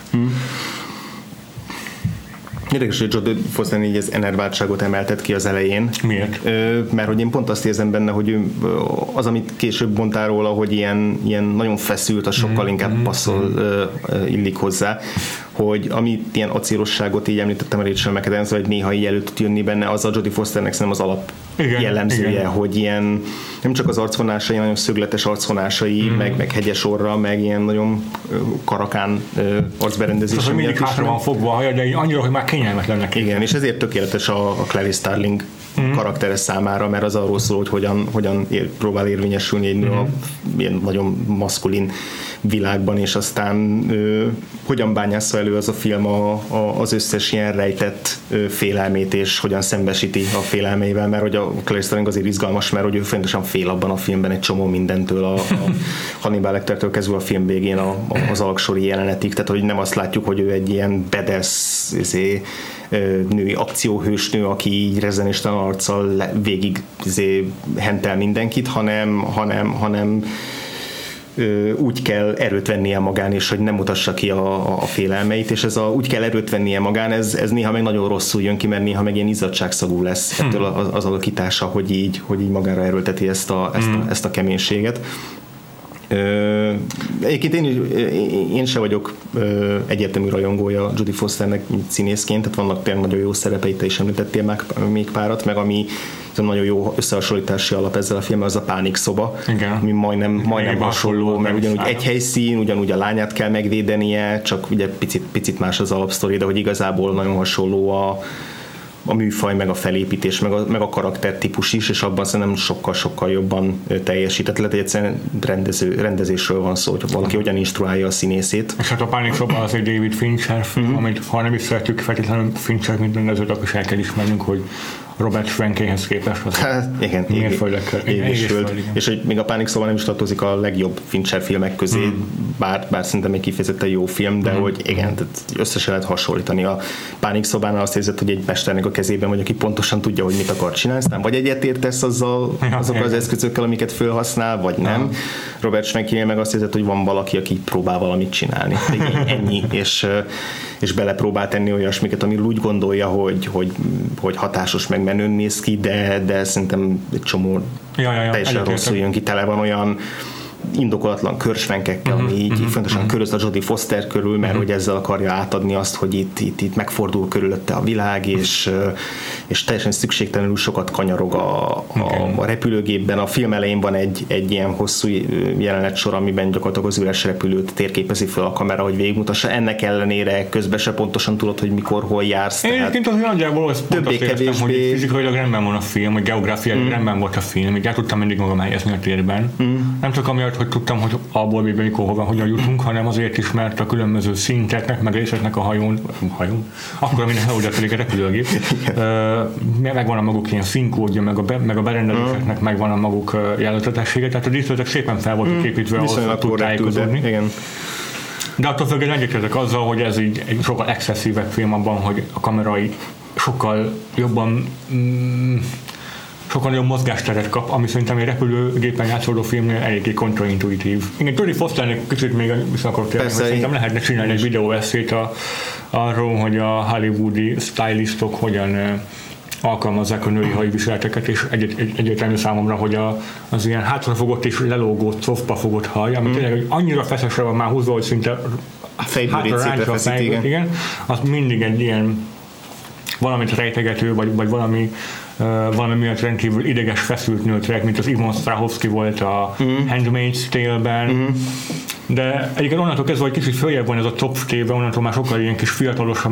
Érdekes, hogy Jodie Foster így az enerváltságot emeltet ki az elején. Miért? Mert hogy én pont azt érzem benne, hogy az, amit később mondtál róla, hogy ilyen nagyon feszült, az sokkal inkább passzol, illik hozzá, hogy amit ilyen acélosságot így említettem a Rachel McAdams, vagy néha így elő tud jönni benne, az a Jodie Fosternek szerintem az alap jellemzője, hogy ilyen nem csak az arcvonásai, nagyon szögletes arcvonásai, meg hegyes orra, meg ilyen nagyon karakán arcberendezése. Az, hogy mindig hátra van fogva a haja, de annyira, hogy már kényelmetlen neki. Igen, és ezért tökéletes a Clarice Starling karaktere számára, mert az arról szól, hogy hogyan próbál érvényesülni egy nő a ilyen nagyon maszkulin világban, és aztán hogyan bányásza elő az a film az összes ilyen rejtett félelmét, és hogyan szembesíti a félelmeivel, mert hogy a Clarice Starling azért izgalmas, mert hogy ő fontosan fél abban a filmben egy csomó mindentől, a Hannibal Lectertől kezdve a film végén az alaksori jelenetig, tehát hogy nem azt látjuk, hogy ő egy ilyen badass női akcióhősnő, aki így rezzenéstelen arccal végig hentel mindenkit, hanem úgy kell erőt vennie magán, és hogy nem mutassa ki a félelmeit, és ez úgy kell erőt vennie magán, ez néha meg nagyon rosszul jön ki, mert néha meg ilyen izzadságszagú lesz ettől az alakítása, hogy így magára erőlteti ezt a keménységet. Egyébként én se vagyok egyértelmű rajongója Jodie Fosternek színészként, tehát vannak tényleg nagyon jó szerepeit, te is említettél még párat, meg ami nagyon jó összehasonlítási alap ezzel a filmmel, az a Pánikszoba, ami majdnem hasonló, mert ugyanúgy egy helyszín, ugyanúgy a lányát kell megvédenie, csak ugye picit más az alapsztori, de hogy igazából nagyon hasonló a műfaj, meg a felépítés, meg a karaktertípus is, és abban szerintem sokkal jobban teljesített. Lehet, hogy egyszerűen rendezésről van szó, hogy valaki hogyan instruálja a színészét. És hát a Pánikszoba az egy David Fincher film, amit ha nem is szeretjük feltétlenül Fincher, mint rendezőt, akkor is el kell ismernünk, hogy Robert Frankenhez képest az igen, és hogy még a Pánikszoba nem is tartozik a legjobb Fincher filmek közé, bár szerintem egy kifejezetten jó film, de hogy igen, tehát összesen lehet hasonlítani. A Pánikszobánál azt érzed, hogy egy mesternek a kezében vagy, aki pontosan tudja, hogy mit akar csinálni, aztán vagy egyetértesz azokkal az eszközökkel, amiket felhasznál, vagy nem. Robert Frankennél meg azt érzed, hogy van valaki, aki próbál valamit csinálni. Ennyi, és belepróbál tenni olyasmiket, ami úgy gondolja, hogy hatásos, meg menőn néz ki, de szerintem egy csomó teljesen rosszul jön ki, tele van olyan indokolatlan körsvenkekkel, ami így fontosan köröz a Jodie Foster körül, mert hogy ezzel akarja átadni azt, hogy itt megfordul körülötte a világ, és teljesen szükségtelenül sokat kanyarog a repülőgépben. A film elején van egy ilyen hosszú jelenetsor, amiben gyakorlatilag az üres repülőt térképezi fel a kamera, hogy végigmutassa. Ennek ellenére közben se pontosan tudod, hogy mikor, hol jársz. Egyébként az nagyjából pont azt éreztem, hogy fizikailag rendben van a film, hogy geográfiailag rendben volt a film, így el tudtam mindig magam helyezni a térben. Nem csak amiatt, hogy tudtam, hogy abból B-be mikor hogyan jutunk, hanem azért is, mert a különböző szinteknek, meg részeknek a hajón, akkor minden oda pedig a repülőgép, megvan a maguk ilyen színkódja, meg a berendezéseknek megvan a maguk jelöltetessége, tehát a díszletek szépen fel voltak építve ahhoz, hogy tud tájékozódni. De attól függően egyetértek azzal, hogy ez így egy sokkal excesszívebb film abban, hogy a kamerai sokkal jobban sokkal nagyobb mozgásteret kap, ami szerintem egy repülőgépen játszódó filmnél eléggé kontraintuitív. Igen, Jodie Fosternek kicsit még vissza akarok térni, hogy szerintem lehetne csinálni egy videóesszét arról, hogy a hollywoodi stylistok hogyan alkalmazzák a női hajviseleteket, és egyértelmű számomra, hogy az ilyen hátrafogott és lelógott, szofpafogott haj, ami tényleg annyira feszesre van már húzva, hogy szinte fejbőrét szétrefeszít, igen. Az mindig egy ilyen valamit rejtegető, vagy valami miatt rendkívül ideges, feszült nőtrek, mint az Ivon Strahovski volt a Handmaid's Tale-ben. De egyébként onnantól kezdve, hogy kicsit följebb van ez a top téve, onnantól már sokkal ilyen kis fiatalosan,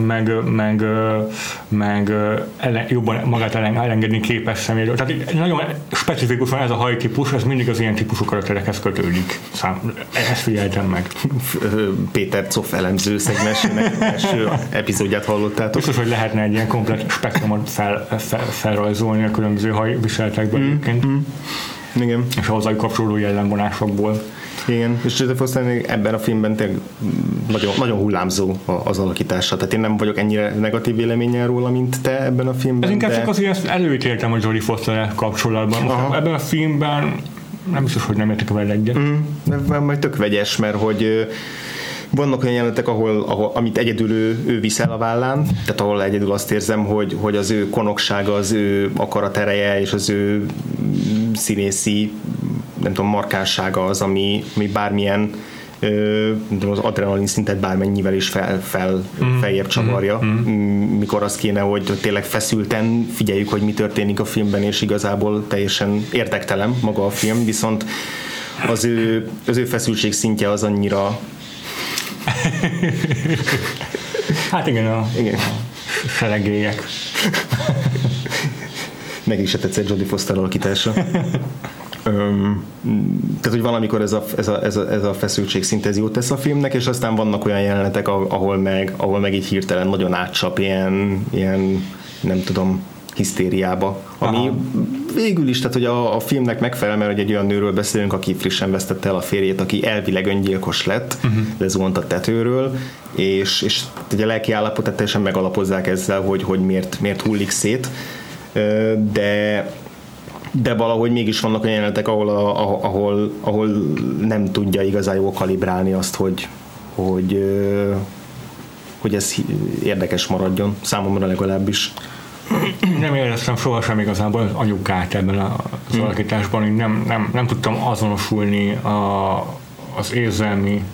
meg jobban magát elengedni képes személyről. Tehát nagyon specifikusan ez a hajtípus, ez mindig az ilyen típusú karakterekhez kötődik. Ezt figyeltem meg. Péter Zoff elemző szegmensének első epizódját hallottátok. Biztos, hogy lehetne egy ilyen komplet spektrumot felrajzolni a különböző hajviseletekből egyébként. Igen. És a hozzájuk kapcsolódó jellemvonásokból. Igen, és Jodie Foster ebben a filmben nagyon, nagyon hullámzó az alakítása, tehát én nem vagyok ennyire negatív véleménnyel róla, mint te ebben a filmben. Ez inkább csak azért előítéltem a Jodie Foster kapcsolatban. Most ebben a filmben nem biztos, hogy nem értek vele egyet. De majd tök vegyes, mert hogy vannak olyan jelenetek, amit egyedül ő viszel a vállán, tehát ahol egyedül azt érzem, hogy az ő konoksága, az ő akaratereje és az ő színészi, nem tudom, markánsága az, ami bármilyen az adrenalin szintet bármennyivel is feljebb csavarja, mikor az kéne, hogy tényleg feszülten figyeljük, hogy mi történik a filmben, és igazából teljesen érdektelen maga a film, viszont az ő feszültség szintje az annyira hát igen, a seregélyek. Meg is se tetszett Jodie Foster alakítása. Tehát, hogy valamikor ez a feszültség szint ez jót tesz a filmnek, és aztán vannak olyan jelenetek, ahol meg így hirtelen nagyon átcsap ilyen nem tudom, hisztériába, ami végül is, tehát hogy a filmnek megfelel, mert hogy egy olyan nőről beszélünk, aki frissen vesztette el a férjét, aki elvileg öngyilkos lett, lezuhant a tetőről, és ugye a lelki állapotát teljesen megalapozzák ezzel, hogy miért hullik szét, de valahogy mégis vannak olyan jelenetek, ahol nem tudja igazán jól kalibrálni azt, hogy ez érdekes maradjon, számomra legalábbis. Nem éreztem sohasem igazából az anyukát ebben az alakításban, így nem tudtam azonosulni az érzelmi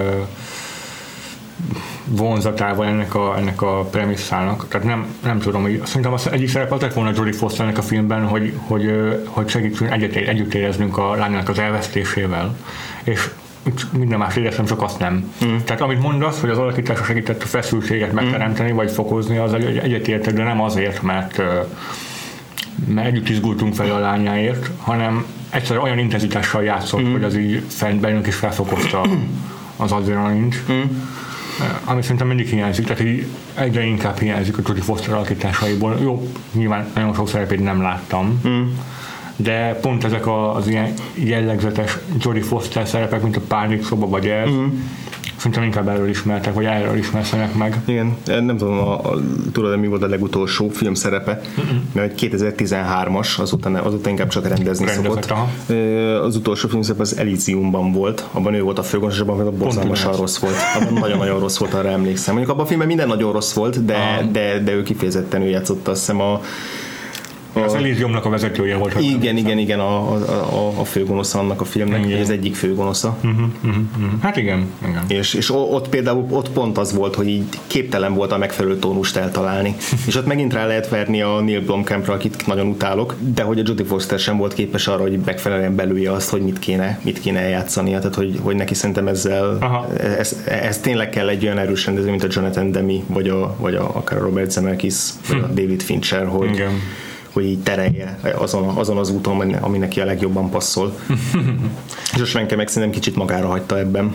vonzatával ennek a premisszának. Tehát nem tudom, hogy szerintem az egyik szerep az lett volna Jodie Fosternek a filmben, hogy segítsünk együtt éreznünk a lánynak az elvesztésével. És minden más éreztem, csak azt nem. Tehát amit mondasz, hogy az alakításra segített a feszültséget megteremteni, vagy fokozni, az egyetértek, de nem azért, mert együtt izgultunk fel a lányáért, hanem egyszerűen olyan intenzitással játszott, hogy az így fent bennünk is felfokozta az adrenalint, ami szerintem mindig hiányzik, tehát így egyre inkább hiányzik a Jodie Foster alakításaiból. Jó, nyilván nagyon sok szerepét nem láttam, de pont ezek az ilyen jellegzetes Jodie Foster szerepek, mint a Pánik szoba vagy ez, szerintem inkább erről ismertek, vagy erről ismerszenek meg. Igen, nem tudom, tudod, mi volt a legutolsó film szerepe, mert 2013-as, azután inkább csak rendezni szokott. Az utolsó film szerepe az Elysiumban volt, abban ő volt a főgonosz, és abban borzalmasan rossz volt. Abban nagyon-nagyon rossz volt, arra emlékszem. Mondjuk abban a filmben minden nagyon rossz volt, de ő kifejezetten ő játszotta, azt hiszem az Elysiumnak a vezetője volt. Igen, a főgonosza annak a filmnek, az egyik főgonosza. Hát igen. És ott például pont az volt, hogy így képtelen volt a megfelelő tónust eltalálni. És ott megint rá lehet verni a Neil Blomkampra, akit nagyon utálok, de hogy a Jodie Foster sem volt képes arra, hogy megfelelően belülje azt, hogy mit kéne eljátszania. Tehát, hogy neki szerintem ezzel ez tényleg kell egy olyan erős rendező, mint a Jonathan Demme, vagy akár a Robert Zemeckis, vagy a David Fincher, hogy így terelje azon az úton, ami neki a legjobban passzol. És a Schwenke meg szerintem kicsit magára hagyta ebben.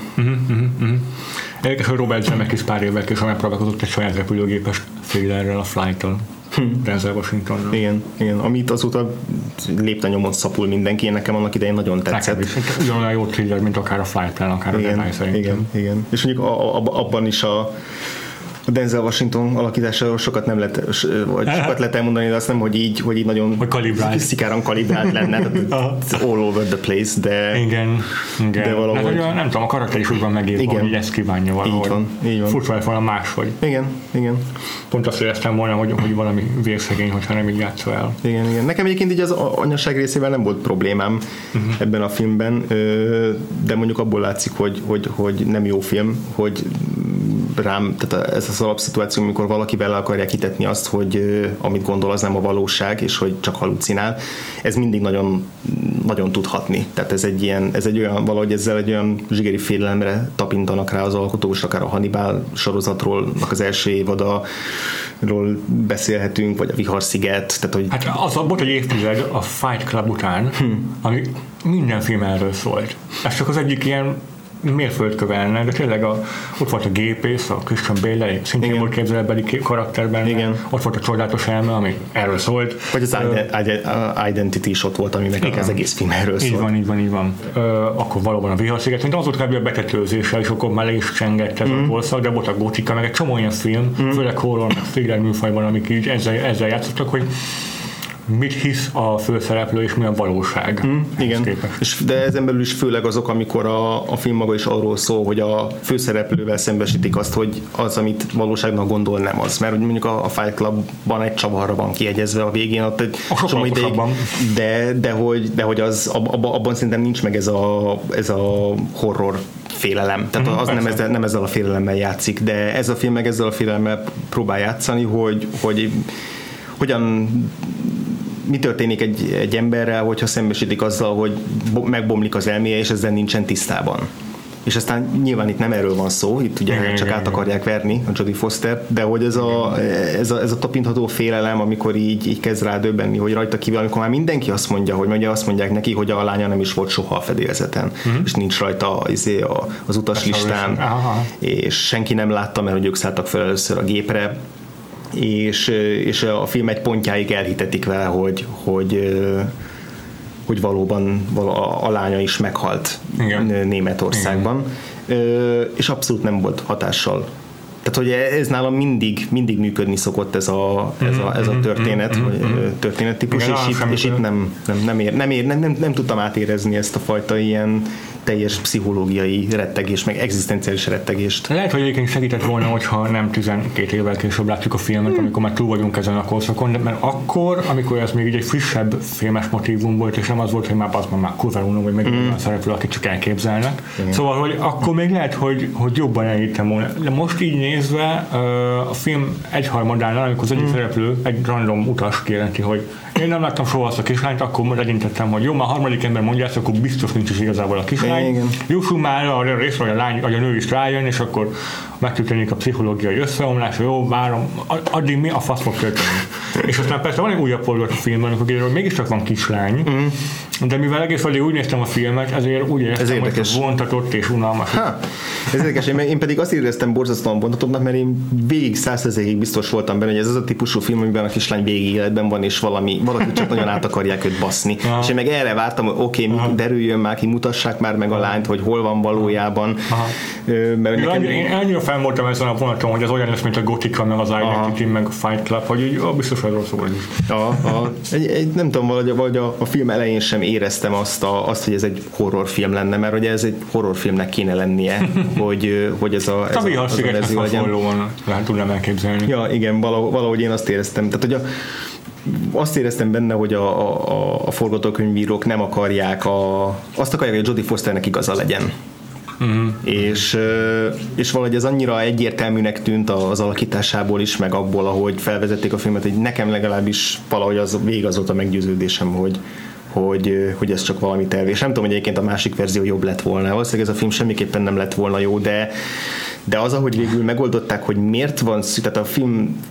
Érdekes, hogy Robert Zemeckis pár évvel később megpróbálkozott egy saját repülőgépes thrillerrel, a Flight-tal. Denzel Washingtonról. Igen, amit azóta lépte nyomon szapul mindenki, nekem annak idején nagyon tetszett. Ugyanolyan jó thriller, mint akár a Flight Plan, akár a Deadline szerintem. Igen. És mondjuk abban is a Denzel Washington alakításáról sokat lehet elmondani, de azt nem, hogy így nagyon szikáran kalibrált lenne, all over the place, de igen. De valahogy... nem tudom, a karakter is úgy van megírva, hogy ezt kívánja valahogy. Így van. Furcsa lett volna máshogy. Igen. Pont azt éreztem volna, hogy valami vérszegény, hogyha nem így játszol el. Igen. Nekem egyébként így az anyaság részével nem volt problémám ebben a filmben, de mondjuk abból látszik, hogy nem jó film, hogy rám, tehát ez az alapszituáció, amikor valakivel akarják hitetni azt, hogy amit gondol, az nem a valóság, és hogy csak halucinál, ez mindig nagyon, nagyon tud hatni. Tehát ez egy olyan, valahogy ezzel egy olyan zsigeri félelemre tapintanak rá az alkotók, és akár a Hannibal sorozatról, az első évadról beszélhetünk, vagy a Viharsziget. Tehát, hogy... Hát az volt egy évtized a Fight Club után, ami minden film erről szólt. Ez csak az egyik ilyen mérföldkövelne, de tényleg ott volt a gépész, a Christian Bale, szintén volt képzelőbeli karakterben. Igen. Ott volt a csodálatos elme, ami erről szólt. Vagy az Identity is ott volt, ami meg az egész film erről szólt. Így van. Akkor valóban a Viharsziget, mint az volt kb. A betetőzéssel, és akkor már le is csengett ez a korszak, de volt a gotika, meg egy csomó ilyen film, főleg horror, meg thriller műfajban, amik így ezzel játszottak, hogy mit hisz a főszereplő, és mi a valóság. Igen, de ezen belül is főleg azok, amikor a film maga is arról szól, hogy a főszereplővel szembesítik azt, hogy az, amit valóságnak gondol, nem az. Mert mondjuk a Fight Clubban egy csavarra van kiegyezve a végén, ott egy csomó ideig, de hogy az, abban szerintem nincs meg ez a horror félelem. Tehát az nem ezzel a félelemmel játszik, de ez a film meg ezzel a félelemmel próbál játszani, hogy hogyan mi történik egy emberrel, hogyha szembesítik azzal, hogy megbomlik az elméje, és ezzel nincsen tisztában. És aztán nyilván itt nem erről van szó, itt ugye csak át akarják verni a Jodie Foster, de hogy ez a tapintható félelem, amikor így kezd rá döbbenni, hogy rajta kívül, amikor már mindenki azt mondja, hogy ugye azt mondják neki, hogy a lánya nem is volt soha a fedélzeten, és nincs rajta az utaslistán, és senki nem látta, mert hogy ők szálltak fel először a gépre, és a film egy pontjáig elhitetik vele, hogy valóban a lánya is meghalt Németországban, és abszolút nem volt hatással. Tehát, hogy ez nálam mindig működni szokott ez a történettípus, és itt nem tudtam átérezni ezt a fajta ilyen teljes pszichológiai rettegés, meg egzisztenciális rettegést. Lehet, hogy egyébként segített volna, hogyha nem 12 évvel később látjuk a filmet, amikor már túl vagyunk ezen a korszakon, de mert akkor, amikor ez még egy frissebb filmes motívum volt, és nem az volt, hogy már kurva unom, vagy meg olyan szereplő, akit csak elképzelnek. Igen. Szóval, hogy akkor még lehet, hogy jobban elhittem volna. De most így nézve a film egyharmadánál, amikor az egyik szereplő egy random utas kijelenti, hogy én nem láttam soha azt a kislányt, akkor legyintettem, hogy jó, már harmadik ember mondja ezt, akkor biztos nincs is igazából a kislány. Jussunk már a részre, hogy a nő is rájön, és akkor megtörténik a pszichológiai összeomlás, jó, várom, addig mi a fasz fog történni. És aztán persze van egy újabb fordulat a filmben, akkor kiderül, hogy mégiscsak van kislány, de mivel egész addig úgy néztem a filmet, ezért úgy éreztem, hogy vontatott és unalmas. Ez érdekes, én pedig azt éreztem borzasztóan vontatottnak, mert én végig 100%-ig biztos voltam benne, hogy ez az a típusú film, amiben a kislány végig életben van, és valaki csak nagyon át akarják őt baszni. És én meg erre vártam, hogy oké, derüljön már ki, mutassák már meg a lányt, hogy hol van valójában. Én annyira fenn voltam ezen a vonaton, hogy az olyan lesz, mint a Gotika, meg az Identity, meg a Fight Club, hogy így biztos arról szól is. Nem tudom, vagy a film elején sem éreztem azt, hogy ez egy horrorfilm lenne, mert ugye ez egy horrorfilmnek kéne lennie, hogy ez a Viharszigetnek hasonlóan tudnám elképzelni. Ja, igen, valahogy én azt éreztem. Tehát, hogy azt éreztem benne, hogy a forgatókönyvírók nem akarják azt akarják, hogy Jodie Fosternek igaza legyen. És valahogy ez annyira egyértelműnek tűnt az alakításából is, meg abból, ahogy felvezették a filmet, hogy nekem legalábbis valahogy végig az volt a meggyőződésem, hogy ez csak valami terv. És nem tudom, hogy egyébként a másik verzió jobb lett volna. Valószínűleg ez a film semmiképpen nem lett volna jó, de az, ahogy végül megoldották, hogy miért van tehát a film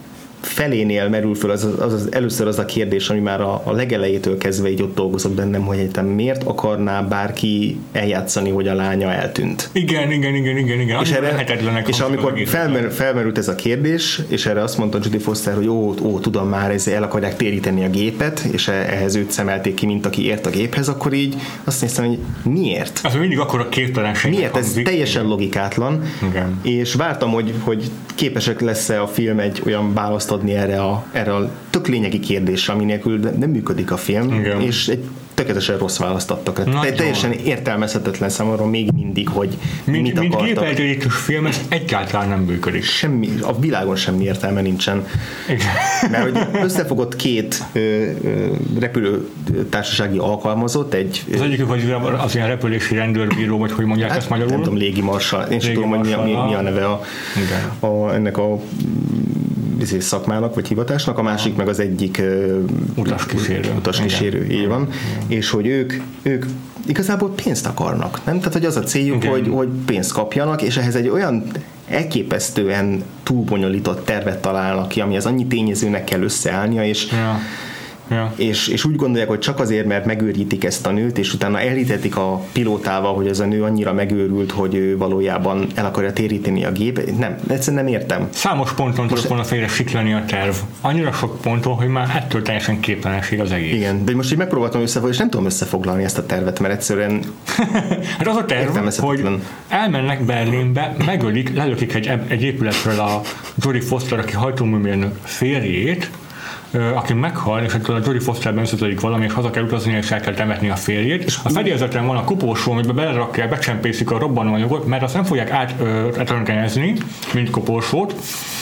felénél merül föl az először az a kérdés, ami már a legelejétől kezdve így ott dolgozott bennem, hogy egyetem miért akarná bárki eljátszani, hogy a lánya eltűnt. Igen. És amikor felmerült ez a kérdés, és erre azt mondta Jodie Foster, hogy tudom már, el akarják téríteni a gépet, és ehhez őt szemelték ki, mint aki ért a géphez, akkor így azt néztem, hogy miért? Az mindig akkor a képtelenség. Miért? Ez teljesen logikátlan. Igen. És vártam, hogy képesek lesz-e a film egy olyan választ adni erre a tök lényegi kérdésre, ami nélkül nem működik a film, igen. És egy tökéletesen rossz választ adtak. Teljesen értelmezhetetlen számomra még mindig, hogy mit akartak. Mint gépeltőítős film, ez egyáltalán nem működik. Semmi, a világon semmi értelme nincsen. Igen. Mert hogy összefogott két repülőtársasági alkalmazott, az egyik vagy az ilyen repülési rendőrbíró, vagy hogy mondják ezt magyarul? Nem tudom, légimarsal. Én sem tudom, hogy mi a neve ennek a szakmának, vagy hivatásnak, a másik meg az egyik utaskísérő, így van, és hogy ők igazából pénzt akarnak, nem? Tehát, hogy az a céljuk, hogy pénzt kapjanak, és ehhez egy olyan elképesztően túlbonyolított tervet találnak ki, amihez annyi tényezőnek kell összeállnia, és és úgy gondolják, hogy csak azért, mert megőrítik ezt a nőt, és utána elhitetik a pilótával, hogy ez a nő annyira megőrült, hogy ő valójában el akarja téríteni a gép. Nem, egyszerűen nem értem. Számos ponton tudott volna félre siklani a terv. Annyira sok ponton, hogy már ettől teljesen képtelenség az egész. Igen, de most így megpróbáltam összefoglalni, és nem tudom összefoglalni ezt a tervet, mert egyszerűen hát az a terv, hogy elmennek Berlinbe, megölik, lelökik egy épületről a Jodie Foster, aki hajtóműmérnök férjét, aki meghal, és akkor a Jodie Fosterben összetörik valami, és haza kell utazni, és el kell temetni a férjét. A fedélzeten van a kopósó, amiben belerakják, becsempészik a robbanóanyagot, mert azt nem fogják átröntgenezni, mint kopósót.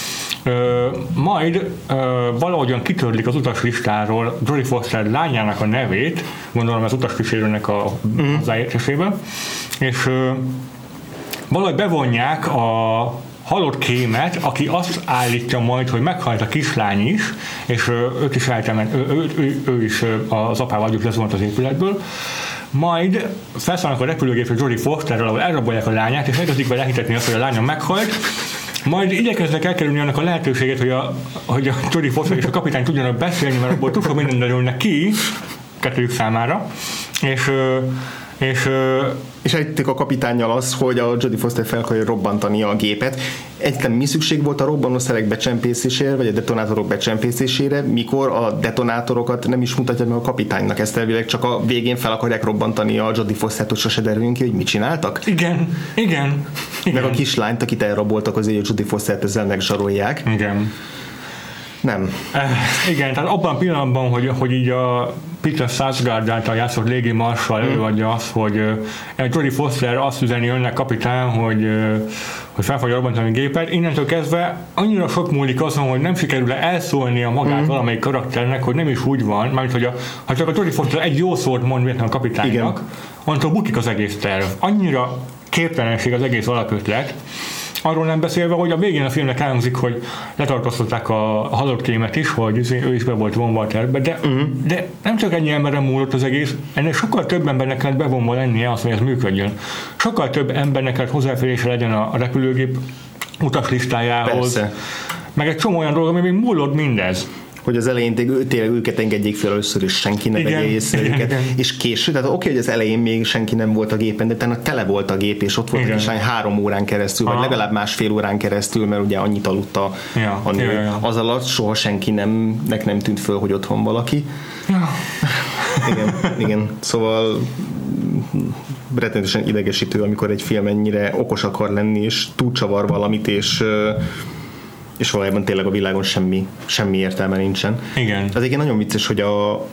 Majd valahogyan kitörlik az utaslistáról Jodie Foster lányának a nevét, gondolom az utaskísérőnek a hozzáértésében, és valahogy bevonják a halott kémet, aki azt állítja majd, hogy meghalt a kislány is, és őt is ő is az apával együtt lezuhant az épületből. Majd felszállnak a repülőgépre Jodie Fosterrel, ahol elrabolják a lányát, és elkezdik vele hitetni azt, hogy a lánya meghalt. Majd igyekeznek elkerülni annak a lehetőséget, hogy a Jodie Foster és a kapitány tudjanak beszélni, mert abból túl sok minden derülnek ki kettőjük számára. És eljöttek a kapitánnyal az, hogy a Jodie Foster fel akarja robbantani a gépet. Egyáltalán mi szükség volt a robbanószerek becsempészésére, vagy a detonátorok becsempészésére, mikor a detonátorokat nem is mutatja meg a kapitánynak. Ezt elvileg csak a végén fel akarják robbantani a Jodie Fostert, hogy sose derüljön ki, hogy mit csináltak? Igen. Meg a kislányt, akit elraboltak, azért, hogy Jodie Fostert ezzel megzsarolják. Igen. Nem. Igen, tehát abban a pillanatban, hogy így a Peter Sarsgaard által játszott légimarssal előadja azt, hogy Jodie Foster azt üzeni önnek, kapitán, hogy fel fogja robbantani a gépet. Innentől kezdve annyira sok múlik azon, hogy nem sikerül-e elszólnia magát valamelyik karakternek, hogy nem is úgy van, mármint, hogy ha csak a Jodie Foster egy jó szót mond véletlenül a kapitánynak, onnantól bukik az egész terv. Annyira képtelenség az egész alapötlet. Arról nem beszélve, hogy a végén a filmnek elhangzik, hogy letartóztatták a halott kémet is, hogy ő is be volt vonva a tervbe, de nem csak ennyi emberen múlott az egész, ennek sokkal több embernek kellett bevonva lennie az, hogy ez működjön. Sokkal több embernek kellett hozzáférése legyen a repülőgép utaslistájához. Persze. Meg egy csomó olyan dolog, ami még múlott mindez. Hogy az elején tényleg őket engedjék fel először, és senki ne vegye észre őket. És később, tehát oké, hogy az elején még senki nem volt a gépen, de utána tele volt a gép, és ott volt a kislány 3 órán keresztül, vagy legalább 1,5 órán keresztül, mert ugye annyit aludt a nő. Az alatt soha senkinek nem tűnt föl, hogy otthon valaki. Igen. Szóval rettenetesen idegesítő, amikor egy film ennyire okos akar lenni, és túlcsavar valamit, és valójában tényleg a világon semmi értelme nincsen. Igen. Az egyébként nagyon vicces, hogy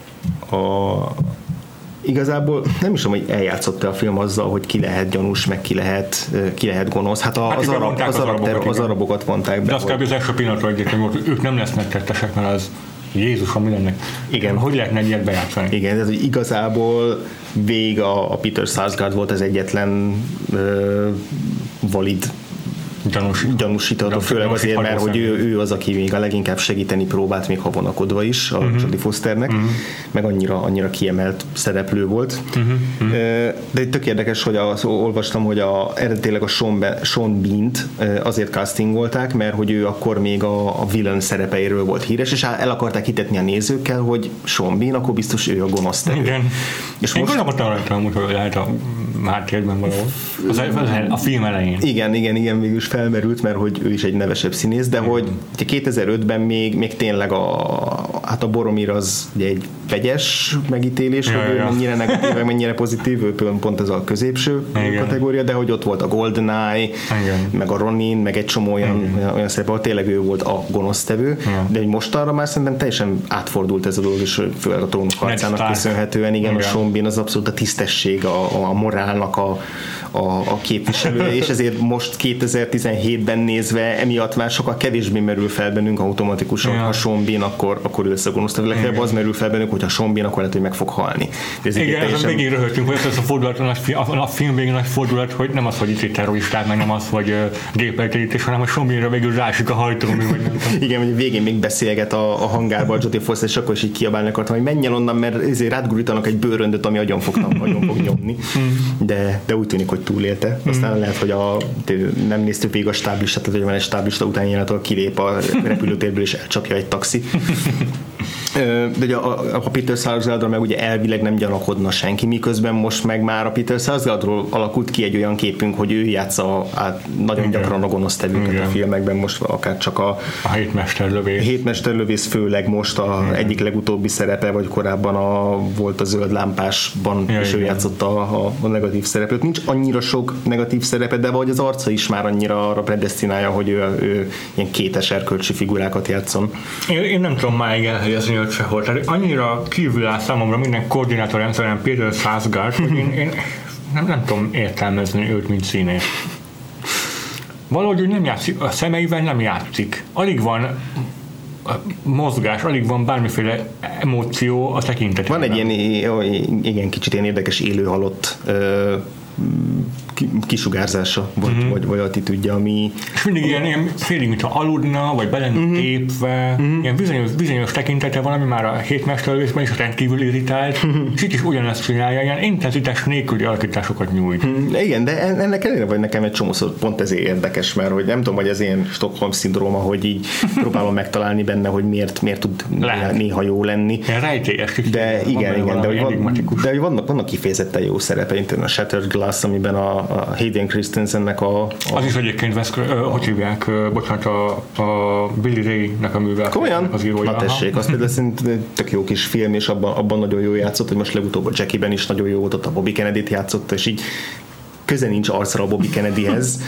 igazából nem is tudom, hogy eljátszott-e a film azzal, hogy ki lehet gyanús, meg ki lehet gonosz. Hát az arabokat vonták be. De az kb. Az első pillanatra egyébként volt, ők nem lesznek tettesek, mert az Jézus, ami lennek. Igen. Hogy lehetne egy ilyet bejátszani? Igen, ez hogy igazából végig a Peter Sarsgaard volt az egyetlen valid gyanúsítható, főleg azért, mert hogy ő az, aki még a leginkább segíteni próbált, még ha vonakodva is a Jodie Fosternek, meg annyira kiemelt szereplő volt. De tök érdekes, hogy olvastam, hogy eredetileg a Sean Bean-t azért castingolták, mert hogy ő akkor még a villain szerepeiről volt híres, és el akarták hitetni a nézőkkel, hogy Sean Bean, akkor biztos ő a gonosz tevő. Igen. És én gondolkodtam rajta, hogy lehet a háttérben valahol. A film elején. Igen, mégis felmerült, mert hogy ő is egy nevesebb színész, de hogy 2005-ben még tényleg a Boromir az ugye egy vegyes megítélés, hogy ő mennyire negatív, meg mennyire pozitív, ő pont ez a középső kategória, de hogy ott volt a GoldenEye, meg a Ronin, meg egy csomó olyan szerep, ahol tényleg ő volt a gonosztevő, de hogy mostanra már szerintem teljesen átfordult ez a dolog, és főleg a Trónok harcának köszönhetően, a Sean Bean az abszolút a tisztesség, a morálnak a képviselője, és ezért most 2017-ben nézve emiatt már sokkal kevésbé merül fel bennünk automatikusan, ha Sean Bean, akkor ő lesz a gonosztevő. Legfeljebb az merül fel bennünk, hogyha Sean Bean, akkor lehet, hogy meg fog halni. Igen, ezen végig röhögtünk, hogy ez a fordulat, a film végén nagy fordulat, hogy nem az, hogy itt terroristák, meg nem az, hogy gépelterítés, hanem a Sean Beanre végül rásik a hajtómű, vagy nem tudom. Igen, hogy végén még beszélget a hangárban a Jodie Foster, és akkor is így kiabálni akartam, hogy menjen onnan, mert ezért rátgurítanak egy bőröndöt, ami agyon fog nyomni. De úgy tűnik, hogy túlélte. Aztán lehet, hogy nem néztük végig a stáblistát, tehát hogy van egy stáblista után ilyenetől kilép a repülőtérből és elcsapja egy taxi. De ugye a Peter Sarsgaardra meg ugye elvileg nem gyanakodna senki, miközben most meg már a Peter Sarsgaardról alakult ki egy olyan képünk, hogy ő játsza nagyon gyakran a gonosztevőket a filmekben, most akár csak a hétmesterlövész főleg most egyik legutóbbi szerepe, vagy korábban volt a Zöld lámpásban, és ő játszotta a negatív szereplőt. Nincs annyira sok negatív szerepe, de vagy az arca is már annyira arra predesztinálja, hogy ő ilyen kétes erkölcsi figurákat játszon. Én nem tudom máig elhelyezni őt sehol. Tehát annyira kívül áll számomra minden koordinátorrendszeren Peter Sarsgaard, hogy én nem tudom értelmezni őt, mint színész. Valahogy nem játszik, a szemeivel nem játszik. Alig van mozgás, alig van bármiféle emóció a tekintetében. Van egy ilyen kicsit ilyen érdekes élőhalott kisugárzása, vagy attitűdje, ami... És mindig ilyen félig, mintha aludna, vagy be lenne tépve, ilyen bizonyos tekintete van, ami már a hétmesterlövészben is rendkívül irritált, és itt is ugyanezt csinálja, ilyen intenzitás nélküli alakításokat nyújt. Igen, de ennek ellenére vagy nekem egy csomószor pont ezért érdekes, mert hogy nem tudom, hogy ez ilyen Stockholm-szindróma, hogy így próbálom megtalálni benne, hogy miért tud néha jó lenni. Ilyen rejtélyes kicsit. De igen, de hogy vannak kifejezetten jó szerepe, a Shattered Glass, amiben a Hayden Christensennek az is egyébként hogy hívják, bocsánat, a Billy Ray-nek a művel. Komolyan? Az írója. Na tessék, azt például szerintem tök jó kis film, és abban nagyon jó játszott, hogy most legutóbb a Jackie-ben is nagyon jó volt, ott a Bobby Kennedy-t játszott, és így köze nincs arcra a Bobby Kennedyhez,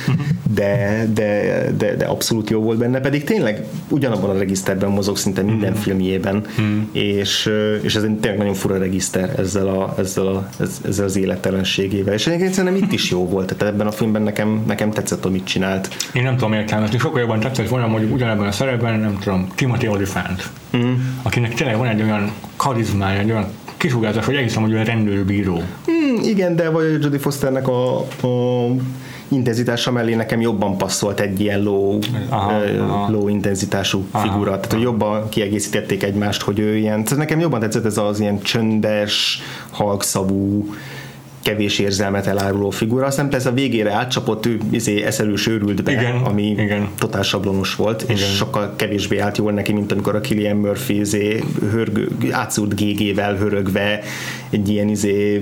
de abszolút jó volt benne, pedig tényleg ugyanabban a regiszterben mozog szinte minden filmjében, és ez egy tényleg nagyon fura regiszter ezzel az élettelenségével. És egyébként szerintem itt is jó volt, tehát ebben a filmben nekem tetszett, amit csinált. Én nem tudom értelmezni, sokkal jobban tetszett volna, mondjuk ugyanebben a szerepben, nem tudom, Timothy Olyphant, akinek tényleg van egy olyan karizmája, egy olyan kisugárzás, hogy egészen mondjuk olyan rendőrbíró. Igen, de vagy Jodie Fosternek a intenzitása mellé nekem jobban passzolt egy ilyen low intenzitású figura. Tehát, hogy jobban kiegészítették egymást, hogy ő ilyen. Tehát nekem jobban tetszett ez az ilyen csöndes, halkszavú, kevés érzelmet eláruló figura. Aztán persze a végére átcsapott, ő eszelős őrült be, ami totál sablonos volt, és sokkal kevésbé állt jól neki, mint amikor a Cillian Murphy átszúrt gégével hörögve egy ilyen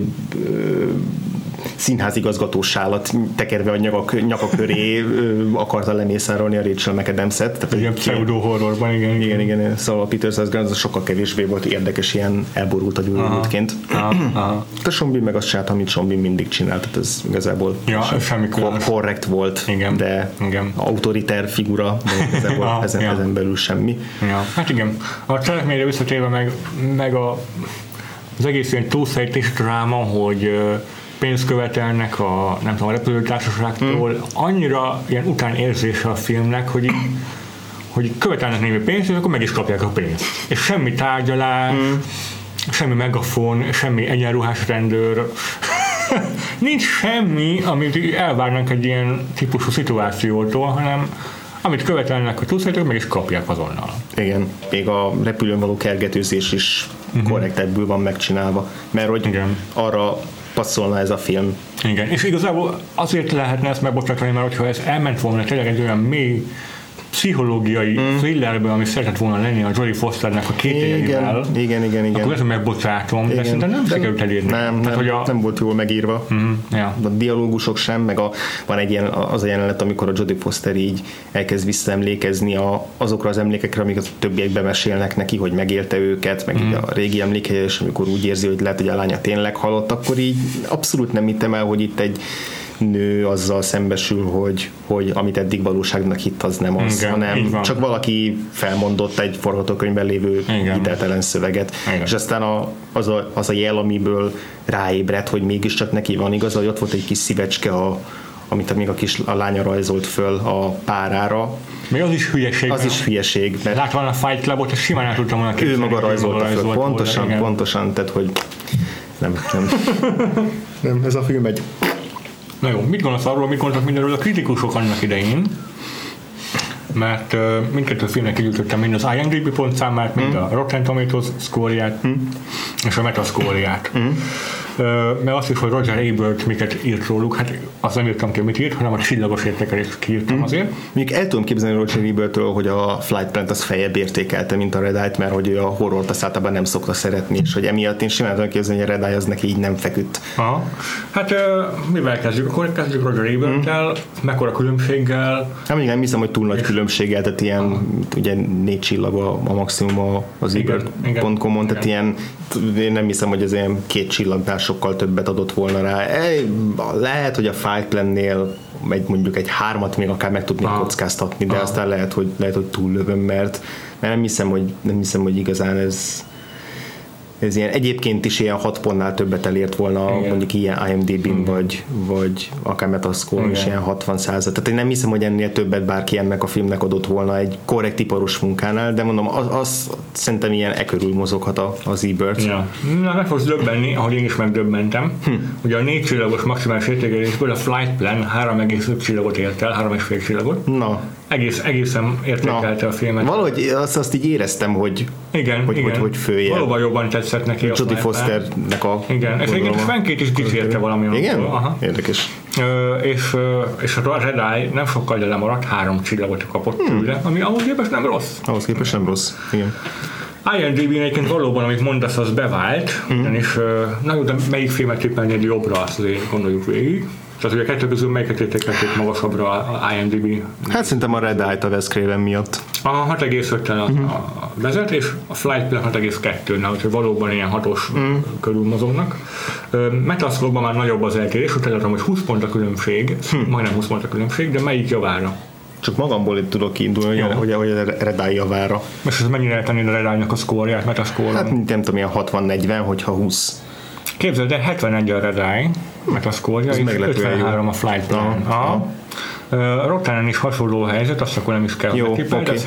színházigazgatósálat tekerve a nyaka köré akarta lemészárolni a Rachel McAdams-et. Egy ilyen pseudo-horrorban, igen. Szóval a Peter Sarsgaard sokkal kevésbé volt érdekes ilyen elborult a gyújulótként. A Sean Bean meg azt csinált, amit Sean Bean mindig csinált, tehát ez igazából korrekt volt, de autoriter figura, de igazából ezen belül semmi. Ja. Hát igen, a cselekményre visszatérve meg az egész ilyen túlszejtés dráma, hogy pénzt követelnek a repülőtársaságtól, annyira ilyen utánérzése a filmnek, hogy követelnek némi pénzt, és akkor meg is kapják a pénzt. És semmi tárgyalás, semmi megafon, semmi egyenruhás rendőr, nincs semmi, amit elvárnak egy ilyen típusú szituációtól, hanem amit követelnek a túlszajtók, meg is kapják azonnal. Igen, még a repülőn való kergetőzés is korrektebbül van megcsinálva, mert hogy arra passzolna ez a film. Igen, és igazából azért lehetne ezt megbocsátani, mert hogyha ez elment volna tényleg egy olyan mély pszichológiai thrillerbe, ami szeretett volna lenni a Jodie Fosternek a kételjeivel, igen. akkor ezt megbocsátom, de szerintem nem sikerült elérni. Nem volt jól megírva. A dialógusok sem, meg van egy ilyen, az a jelenet, amikor a Jodie Foster így elkezd visszaemlékezni azokra az emlékekre, amiket a többiek bemesélnek neki, hogy megélte őket, meg így a régi emlékei, és amikor úgy érzi, hogy lehet, hogy a lánya tényleg halott, akkor így abszolút nem hittem el, hogy itt egy nő azzal szembesül, hogy amit eddig valóságnak hitt, az nem az, hanem csak valaki felmondott egy forgatókönyvben lévő hiteltelen szöveget. Igen. És aztán az a jel, amiből ráébredt, hogy mégiscsak neki van igaza, hogy ott volt egy kis szívecske, amit még a lánya rajzolt föl a párára. Még az is hülyeség. Az is hülyeség. Látva a Fight Clubot, és simán el tudtam volna képzelni. Ő maga rajzolta föl. Pontosan, tehát hogy nem, ez a film egy... Na jó, mit gondolsz arról, mit gondoltak mindenről a kritikusok annak idején? Mert mindkettő filmnek kigyűjtöttem mind az IMDb pontszámát, mind a Rotten Tomatoes szkóriát, és a Metascore-ját. Mert azt is, hogy Roger Ebert miket írt róluk, hát azt nem írtam ki, mit írt, hanem a csillagos értékelést kiírtam azért. Mondjuk el tudom képzelni Roger Ebertről, hogy a Flight Plan-t az feljebb értékelte, mint a Red Eye-t, mert hogy ő a horrort azt általában nem szokta szeretni, és hogy emiatt én simán tudom képzelni, hogy a Red Eye az neki így nem feküdt. Aha. Hát mivel kezdjük? Akkor kezdjük Roger Ebert-tel, mekkora különbséggel? Nem hiszem, hogy túl nagy különbséggel, tehát ilyen ugye 4 csillag a maximum az Ebert.com-on, tehát ilyen, én nem hiszem, hogy ez ilyen 2 csillagnál sokkal többet adott volna rá. Lehet, hogy a Fight Plan-nél mondjuk egy 3-at még akár meg tudnék kockáztatni, de aztán lehet, hogy túllövöm, mert nem hiszem, hogy igazán ez ilyen, egyébként is ilyen 6 pontnál többet elért volna, mondjuk ilyen IMDb-n, vagy akár Metascore-on is ilyen 60%. Tehát én nem hiszem, hogy ennél többet bárki ennek a filmnek adott volna egy korrekt iparos munkánál, de mondom, az szerintem ilyen körül mozoghat az Ebert. Ja. Na, meg fogsz döbbenni, ahogy én is megdöbbentem. Ugye a 4 csillagos maximális értékelésből a Flight Plan 3,5 csillagot ért el, 3,5 csillagot. Na. Egészen értékelte a filmet. Valahogy azt így éreztem, hogy följebb. Valóban jobban tetszett neki a Jodie Fosternek a... Igen, és egyébként Frankét is dicsérte valami. Igen? Aha. Érdekes. És a Red Eye nem sokkal lemaradt, 3 csillagot kapott tőle, ami ahhoz képest nem rossz. Ahhoz képest nem rossz, igen. IMDb-n egyébként valóban, amit mondasz, az bevált, és nagyon, de melyik filmet tippelnéd jobbra, azt azért gondoljuk végig. Tehát ugye a kettő közül melyiket értékelték magasabbra a IMDb? Hát szerintem a Red Eye-t a Wes Craven miatt. A 6,5-tel a vezet, és a Flight Plan 6,2-nál, úgyhogy valóban ilyen 6-os körül mozognak. Metascore-ban már nagyobb az eltérés, úgy találtam, hogy 20 pont a különbség, majdnem 20 pont a különbség, de melyik javára? Csak magamból itt tudok kiindulni, hogy a Red Eye javára. És ez mennyire eltenni a Red Eye-nak a szkórját, Metascore-on? Hát nem tudom, ilyen 60-40, hogyha 20. Képzeld, de 71 a Red Eye, Metascore-ja, és 53 a Flight Plan. Rottanen is hasonló helyzet, azt akkor nem is kell megtippelni, ez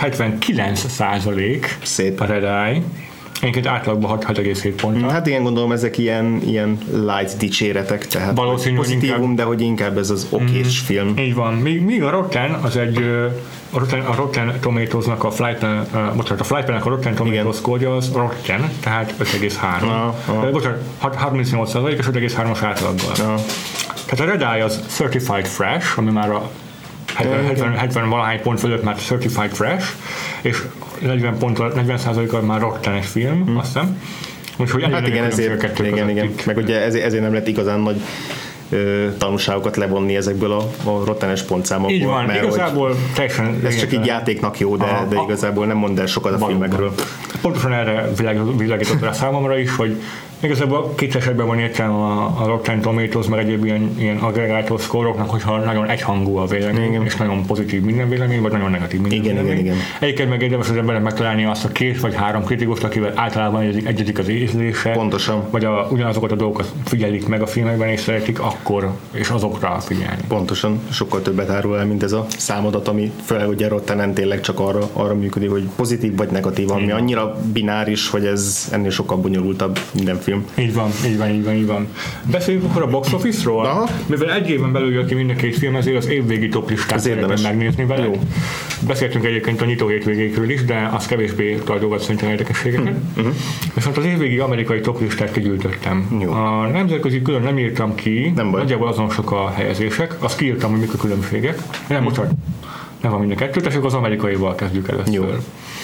79% a Red Eye. Egyébként átlagban 6,7 ponttal. Hát igen, gondolom, ezek ilyen light dicséretek, tehát pozitívum, de hogy inkább ez az okés film. Így van. Míg a Rotten az egy a Rotten Tomatoes-nak a Flight Plan-nek a Rotten Tomatoes szkórja az Rotten, tehát 5,3. Bocsánat, 38% és 5,3-as átlaggal. Tehát a Red Eye az Certified Fresh, ami már a 70 valahány pont fölött már Certified Fresh, és 40%-kal már Rotten-es film, azt hiszem. Úgyhogy hát igen, ezért, igen. Meg ugye ezért nem lett igazán nagy tanulságokat levonni ezekből a Rotten-es pontszámokból. Így van, mert igazából teljesen... Ez csak így játéknak jó, de igazából nem mond el sokat a filmekről. Pontosan erre világított rá számomra is, hogy igazából két esetben van értelme a Rotten Tomatoes, meg egyéb ilyen aggregátor szkóroknak, hogyha nagyon egyhangú a vélemény, és nagyon pozitív minden vélemény, vagy nagyon negatív minden vélemény. Igen. Egyébként meg érdemes az embernek megtalálni azt a 2 vagy 3 kritikust, akivel általában egyezik az ízlése. Pontosan. Vagy ugyanazokat a dolgokat figyelik meg a filmekben, és szeretik akkor, és azokra figyelni. Pontosan. Sokkal többet árul el, mint ez a számadat, ami főleg ugye Rottenen tényleg csak arra működik, hogy pozitív vagy negatív, ami annyira bináris, hogy ez ennél sokkal bonyolultabb minden film film. Így van. Beszéljünk akkor a box office-ról? Aha. Mivel egy éven belül jött ki mind a két film, ezért az évvégi toplistát szeretném megnézni vele. Jó. Beszéltünk egyébként a nyitó hétvégékről is, de az kevésbé tartogat szerintem érdekességeket. Viszont az évvégi amerikai toplistát kigyűjtöttem. Jó. A nemzetközi külön nem írtam ki, nagyjából azon sok a helyezések, azt kiírtam, hogy mik a különbségek. Nem, bocsánat, nem van mind a kettő, tessék az amerikaival kezdjük először. Jó.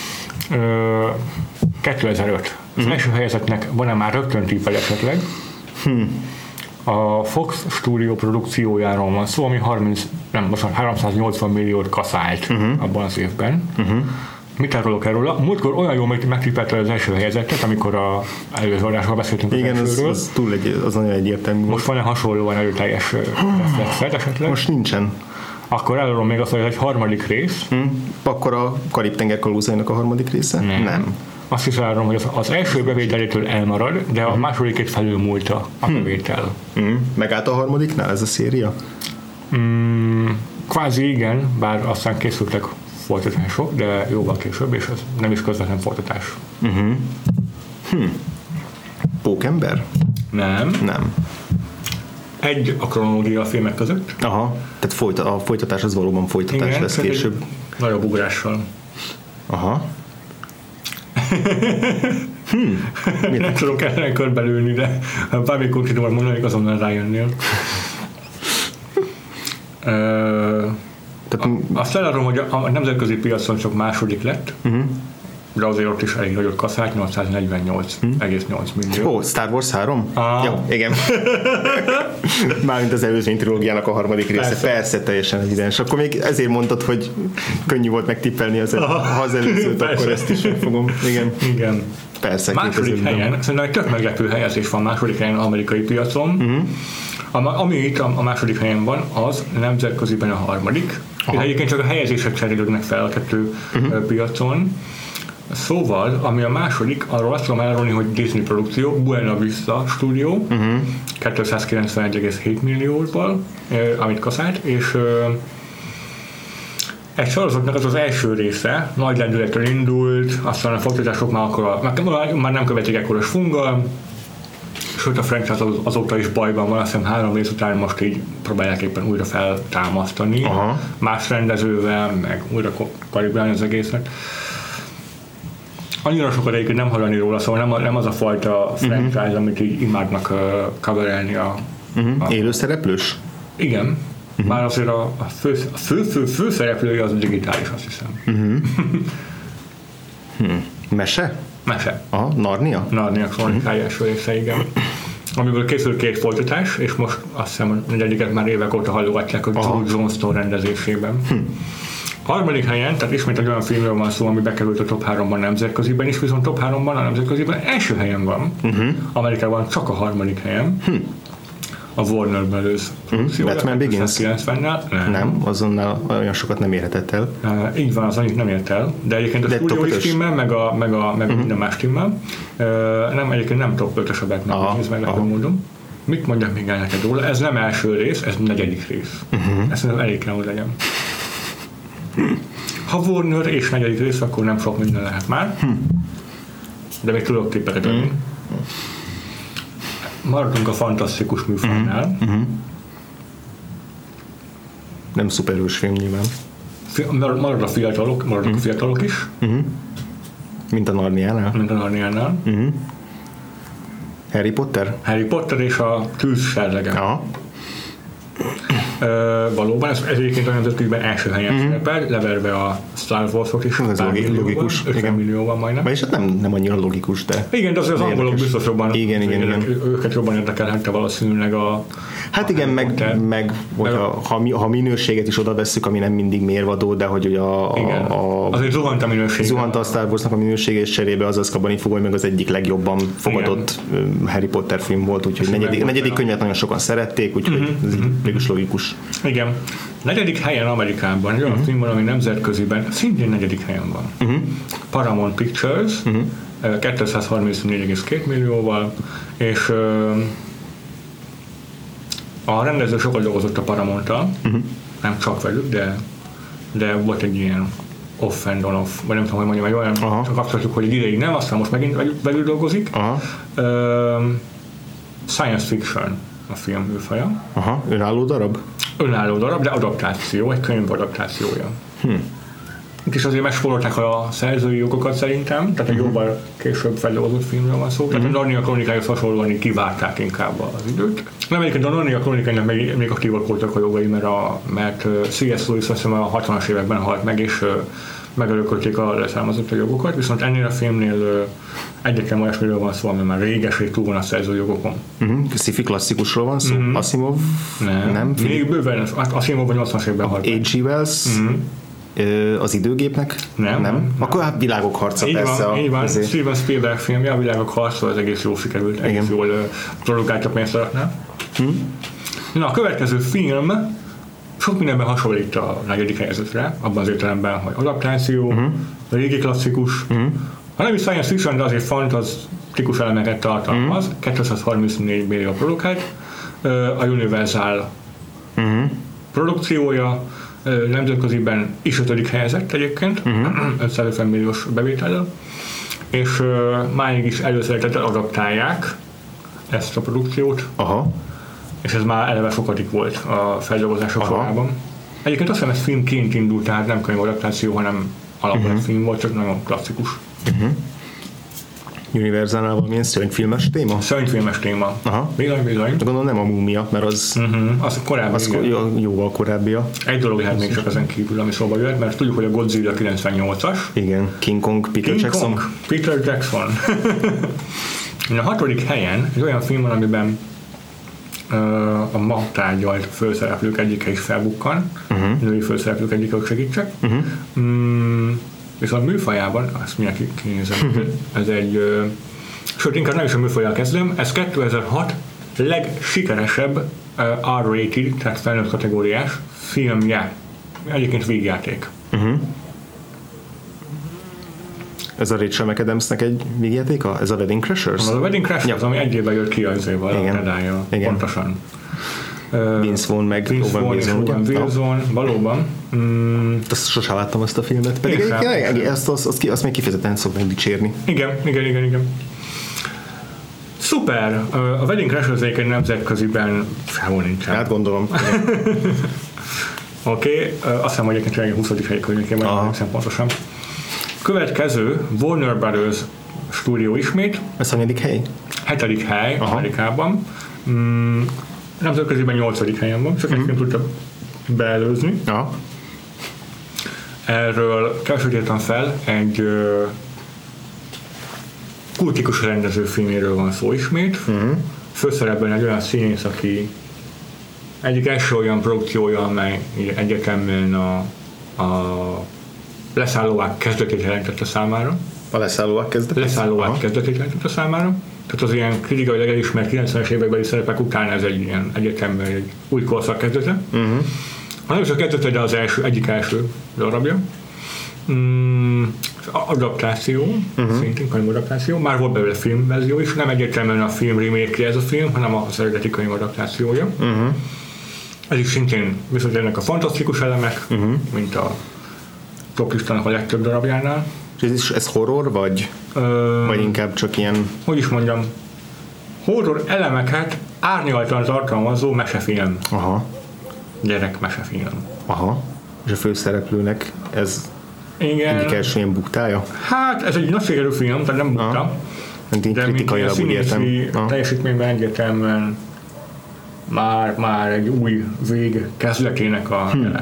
2005. Az első helyezettnek van-e már rögtön tippel esetleg? A Fox stúdió produkciójáról van szó, ami 380 milliót kaszált abban az évben. Mit árulok erről? Múltkor olyan jól megtippelte az első helyezettet, amikor az előző adásról beszéltünk. Igen, az nagyon egyértelmű. Most van-e hasonlóan erőteljes reflexed esetleg? Most nincsen. Akkor elárulom még azt, hogy ez egy harmadik rész. Akkor a Karib-tenger kalózainak a harmadik része? Nem. Azt is elárulom, hogy az első bevételétől elmarad, de a másodikét felülmúlta a bevétel. Megállt a harmadiknál ez a széria? Kvázi igen, bár aztán készültek folytatások, de jóval később, és ez nem is közvetlen folytatás. Pókember? Nem. Egy a kronológia a filmek között. Aha, tehát a folytatás az valóban folytatás igen, lesz később. Nagyobb ugrással. Aha. Nem tudom kellene körbelülni, de bármikor ki tudom mondani, azonnal rájönnél. Azt elárulom, hogy a nemzetközi piacon csak második lett, de azért ott is elég nagyot kaszált, 848,8 millió. Ó, Star Wars 3? Jó, igen. Mármint az előzmény trilógiának a harmadik része. Persze, teljesen evidens. Akkor még ezért mondtad, hogy könnyű volt megtippelni ha az előzőt, akkor ezt is fogom. Igen. Persze. Második helyen, szerintem egy tök meglepő helyezés van második helyen az amerikai piacon. Ami itt a második helyen van, az nemzetköziben a harmadik. Egyébként csak a helyezések cserélődnek fel a kettő piacon. Szóval, ami a második, arról azt tudom elárulni, hogy Disney produkció, Buena Vista stúdió, 291,7 millióval, amit kaszált, és egy sorozatnak az első része, nagy lendülettel indult, aztán a folytatások már nem követik ekkora svunggal, sőt a franchise azóta is bajban van, azt hiszem 3 rész után most így próbálják éppen újra feltámasztani, más rendezővel, meg újra kalibrálni az egészet. Annyira sokat egyébként nem hallani róla, szóval nem az a fajta franchise, amit így imádnak coverelni a élőszereplős? Igen. Már azért a fő szereplője az digitális, azt hiszem. Mese? Mese. Narnia? Narnia kronikája első része, igen. Amiből készül 2 folytatás, és most azt hiszem a negyediket már évek óta hallogatják a George Johnston rendezésében. Harmadik helyen, tehát ismét egy olyan filmről van szó, ami bekerült a top 3-ban nemzetköziben is, viszont top 3-ban a nemzetköziben első helyen van. Amerikában csak a harmadik helyen. A Warner Brothers produkciója. Batman Begins? Nem, azonnal olyan sokat nem érhetett el. Így van, az annyit nem ért el, de egyébként a stúdiói timmel, meg minden más timmel. Egyébként nem top 5-ös a Batman Begins, meglepő módon. Mit mondjak még el neked róla? Ez nem első rész, ez negyedik rész. Ezt nem elég kell, hogy legyen. Ha Warner és negyedik rész, akkor nem sok minden lehet már. De még tudok tippeket adni. Maradunk a fantasztikus műfajnál. Nem szuperhős film nyilván. Maradnak a fiatalok is. Mint a Narniánál. Harry Potter? Harry Potter és a tűz serlege. Valóban, ez egyébként a nemzetköziben első helyen szerepel, leverve a Star Wars-ot is. Ez logikus. 50 millióval majdnem. Vagyis nem annyira logikus, de... Igen, de az angolok biztos jobban, igen. Őket jobban érdekelhette valószínűleg a... Hát igen, meg ha minőséget is oda vesszük, ami nem mindig mérvadó, de hogy azért zuhant a minősége. Zuhant a Star Wars-nak a minősége, és cserébe az Azkabani fogoly meg az egyik legjobban fogadott Harry Potter film volt, úgyhogy negyedik könyvet nagyon sokan szerették, úgyhogy ez mégis logikus. Igen. Negyedik helyen Amerikában egy olyan film van, ami nemzetköziben szintén negyedik helyen van. Paramount Pictures 234,2 millióval, és a rendező sokat dolgozott a Paramount-tal, nem csak velük, de volt egy ilyen off and on off, vagy nem tudom, hogy mondjam, egy olyan kapcsolatuk, hogy egy ideig nem, aztán most megint velük dolgozik. Science fiction a film műfaja. Önálló darab? Önálló darab, de adaptáció, egy könyv adaptációja. És azért megspórolták a szerzői jogokat szerintem, tehát egy jóval később feldolgozott filmről van szó, tehát a Narnia Krónikájához hasonlóan kivárták inkább az időt. Nem, egyébként a Narnia Krónikájának még aktívak voltak a jogai, mert C.S. Lewis azt hiszem a 60-as években halt meg, és megörökölték a leszármazott jogokat, viszont ennél a filmnél egyetlen olyasmiről van szó, ami már réges-rég túl van a szerző jogokon. Sci-fi klasszikusról van szó? Asimov? Nem. Még bőven, Asimov a 80-as évben halt. H.G. Wells? Az időgépnek? Nem. Akkor hát Világok harca persze. Így van. Steven Spielberg filmje, a Világok harca, az egész jól sikerült, egész jól produkált a pénztaraknál. Na, a következő film sok mindenben hasonlít a negyedik helyezetre, abban az értelemben, hogy adaptáció, régi klasszikus, ha nem is science fiction, de azért fantasztikus elemeket tartalmaz, 234 millió produkált, a Universal produkciója, nemzetköziben is 5. helyezett egyébként, 550 milliós bevétellel, és máig is előszeretettel adaptálják ezt a produkciót, és ez már eleve sokadik volt a feldolgozások sorában. Egyébként azt hiszem, ez filmként indult, tehát nem könyvadaptáció, hanem alapvető film volt, csak nagyon klasszikus. Universalnál valamilyen szörnyfilmes téma? Szörnyfilmes téma. Bizony. De gondolom nem a Múmia, mert az korábbi. Az jóval korábbia. Egy dolog lehet még csak ezen kívül, ami szóba jött, mert tudjuk, hogy a Godzilla 98-as. Igen, King Kong, Peter Jackson. A 6. helyen egy olyan film van, amiben a ma tárgyalt főszereplők egyike is felbukkan, női főszereplők egyike, hogy segítsek. Viszont műfajában, azt mindenki kinézem, ez egy, sőt inkább nem is a műfajjal kezdem, ez 2006 legsikeresebb R-rated, tehát felnőtt kategóriás filmje. Egyébként vígjáték. Ez a Rachel McAdamsnek egy vígjátéka? Ez a Wedding Crashers? A Wedding Crashers, az, ami egy évben jött ki az évvel, a pedája, pontosan. Vince Vaughn meg Owen Wilson, valóban. Azt sosem láttam azt a filmet, pedig azt még kifejezetten szokták dicsérni. Igen. Szuper! A Wedding Crashers egy nemzetköziben sehol nincsen. Hát gondolom. Oké, azt hiszem, hogy egyébként 20. helyi környékén van pontosan. Következő Warner Brothers stúdió ismét. Ez a 4. hely? 7. hely Amerikában. Nemzetköziben 8. helyen van, csak egy film tudta beelőzni. Erről kevesebb írtam fel, egy kultikus rendező filméről van szó ismét. Főszerepben egy olyan színész, aki egyik első olyan produkciója, amely egyetemben a leszállóák kezdetét jelentette számára. A leszállóák kezdetét jelentette számára. Tehát az ilyen kritikailag elismert 90-es évekbeli szerepek után ez egy ilyen egyetemben egy új korszak kezdete. Nem is a kezdete, de az egyik első darabja. Adaptáció, szintén könyvadaptáció. Már volt belőle filmverzió is, nem egyértelműen a film remake ez a film, hanem az eredeti könyvadaptációja. Ez is szintén viszont ennek a fantasztikus elemek, mint a top listának a legtöbb darabjánál. Ez horror, vagy inkább csak ilyen... Hogy is mondjam, horror elemeket árnyaltan tartalmazó mesefilm. Gyerek mesefilm. És a főszereplőnek ez egyik első ilyen buktája? Hát ez egy nagy sikerű film, tehát nem bukta. De kritikailag úgy értem. Teljesítményben egyértelműen már egy új vég kezdetének a jele.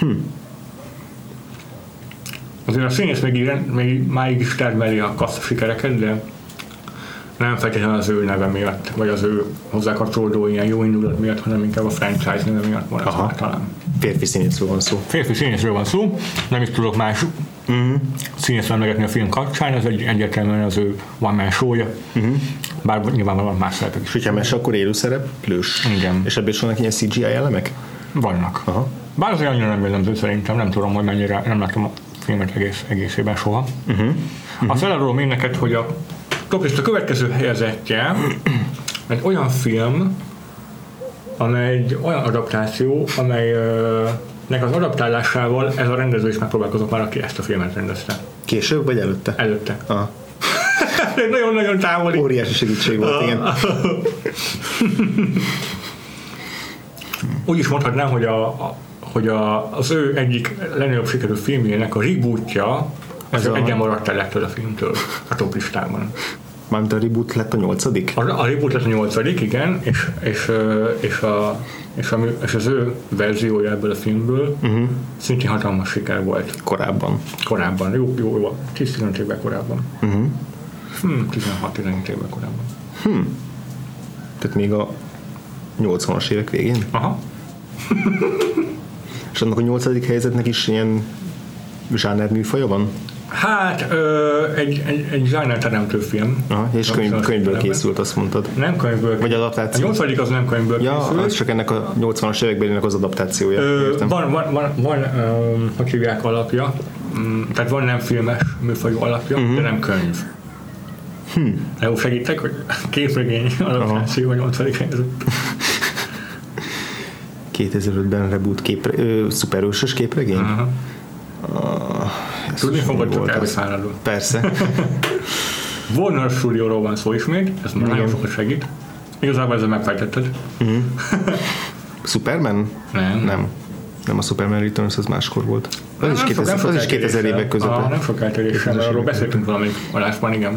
Azért a színész még máig is termeli a kassza sikereket, de nem feltétlenül az ő neve miatt, vagy az ő hozzá kapcsolódó ilyen jó indulat miatt, hanem inkább a franchise neve miatt van talán. Férfi színészről van szó. Nem is tudok más színész emlegetni a film kapcsán, ez egyértelműen az ő one-man show-ja. Bár nyilvánvalóan más szerepek is. Hogyha mese, akkor élő szereplős? Igen. És ebből is vannak ilyen CGI elemek? Vannak. Bár azért annyira nem jellemző szerintem, nem tudom, hogy mennyire, nem láttam a filmet egészében soha. Azt elárulom én neked, hogy a toplista következő helyezettje egy olyan film, amely egy olyan adaptáció, amely nek az adaptálásával ez a rendező is megpróbálkozott már, aki ezt a filmet rendezte. Később vagy előtte? Előtte. Aha. Nagyon-nagyon távoli. Óriási segítség volt, igen. Úgy is mondhatnám, hogy az ő egyik legnagyobb sikerű filmjének a rebootja az egyen maradt el ettől a filmtől a top listában. Mármint a reboot lett a 8. A reboot lett a 8, igen, és az ő verziója ebből a filmből szintén hatalmas siker volt. Korábban. Jó. 10-15 évvel korábban. 16-17 évvel korábban. Tehát még a 80-as évek végén? Aha. És annak a 8. helyzetnek is ilyen zsáner műfaja van? Hát egy zsánerteremtő film. Aha, és könyvből készült, azt mondtad. Nem könyvből. Vagy adaptáció. A 8. az nem könyvből készült. Ja, az csak ennek a 80-as évekbelének az adaptációja. Van hogy hívják alapja, tehát van nem filmes műfajú alapja, de nem könyv. Jó, segítek, hogy képregény adaptáció a 8. helyzet. 2005-ben reboot szuperősös képregény? Tudni fogod, csak elviszállodó. Persze. Warner Studio-ról van szó ismét, ez már nagyon sokat segít. Igazából ezzel megfejtetted. Superman? Nem, a Superman Returns az máskor volt. Az is 2000 évek között. Nem sok eltéréssel, arról beszéltünk valamelyik adásban, igen.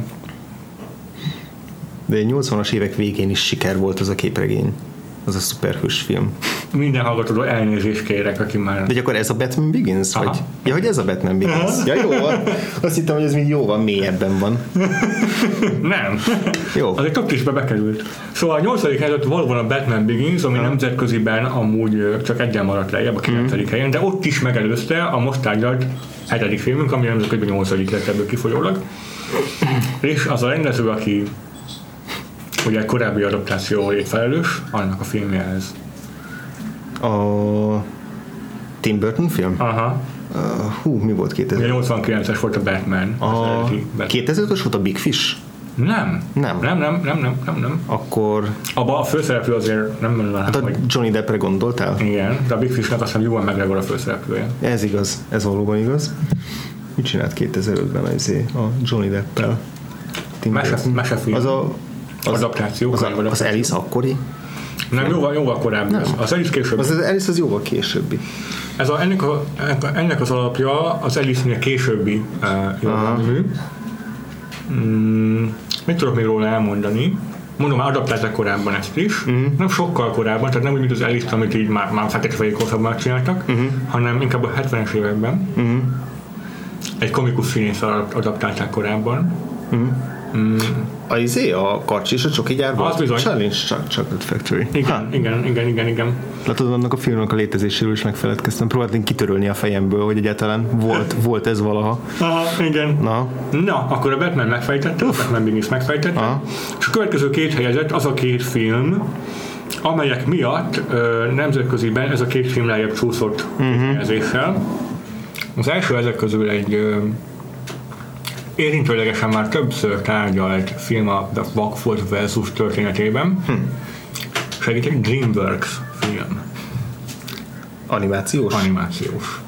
De 80-as évek végén is siker volt az a képregény. Az a szuperhős film. Minden hallgatódól elnézést kérek, aki már... De akkor ez a Batman Begins? Vagy? Ja, hogy ez a Batman Begins. Ja, jó van. Azt hittem, hogy ez még jóval mélyebben van. Nem. Jó. Az egy top listbe bekerült. Szóval a 8. helyzet valóban a Batman Begins, ami nemzetköziben amúgy csak egyen maradt lejjebb a 9. helyen, de ott is megelőzte a most tárgyalt 7. filmünk, ami nemzetköziben 8. lett ebből kifolyólag. És az a rendező, aki ugye egy korábbi adaptációért felelős, annak a filmje ez. A Tim Burton film? Aha. Mi volt 2000? 89-es volt a Batman. 2005-ös volt a Big Fish? Nem. Akkor... Abba a főszereplő azért nem mondanám, hát hogy... Johnny Deppre gondoltál? Igen, de a Big Fishnek azt hiszem Ewan McGregor a főszereplője. Ez igaz, ez valóban igaz. Mit csinált 2005-ben a Johnny Deppel? Mesefilm. Az adaptáció. Az Alice akkori? Nem, jóval korábbi. Az Alice későbbi. Az Alice az jóval későbbi. Ennek az alapja az Alice-nél későbbi mű. Mit tudok még róla elmondani? Mondom, már adaptálták korábban ezt is. Nem sokkal korábban, tehát nem úgy, mint az Alice, amit így már fekete-fehér korszakban csináltak, hanem inkább a 70-es években. Egy komikus színésszel adaptálták korábban. A Karcsi és a csoki gyár volt? Az bizony. Challenge Chocolate Factory. Igen. Látod, annak a filmnek a létezéséről is megfeledkeztem. Próbáltam kitörölni a fejemből, hogy egyáltalán volt ez valaha. Igen. Na, akkor a Batman megfejtette, a Batman Begins megfejtette, és a következő 2 helyezett az a 2 film, amelyek miatt nemzetköziben ez a 2 film lejjebb csúszott helyezéssel. Az első ezek közül egy érintőlegesen már többször tárgyalt film a The Vagfolt versus történetében. Segítek, DreamWorks film. Animációs? Animációs.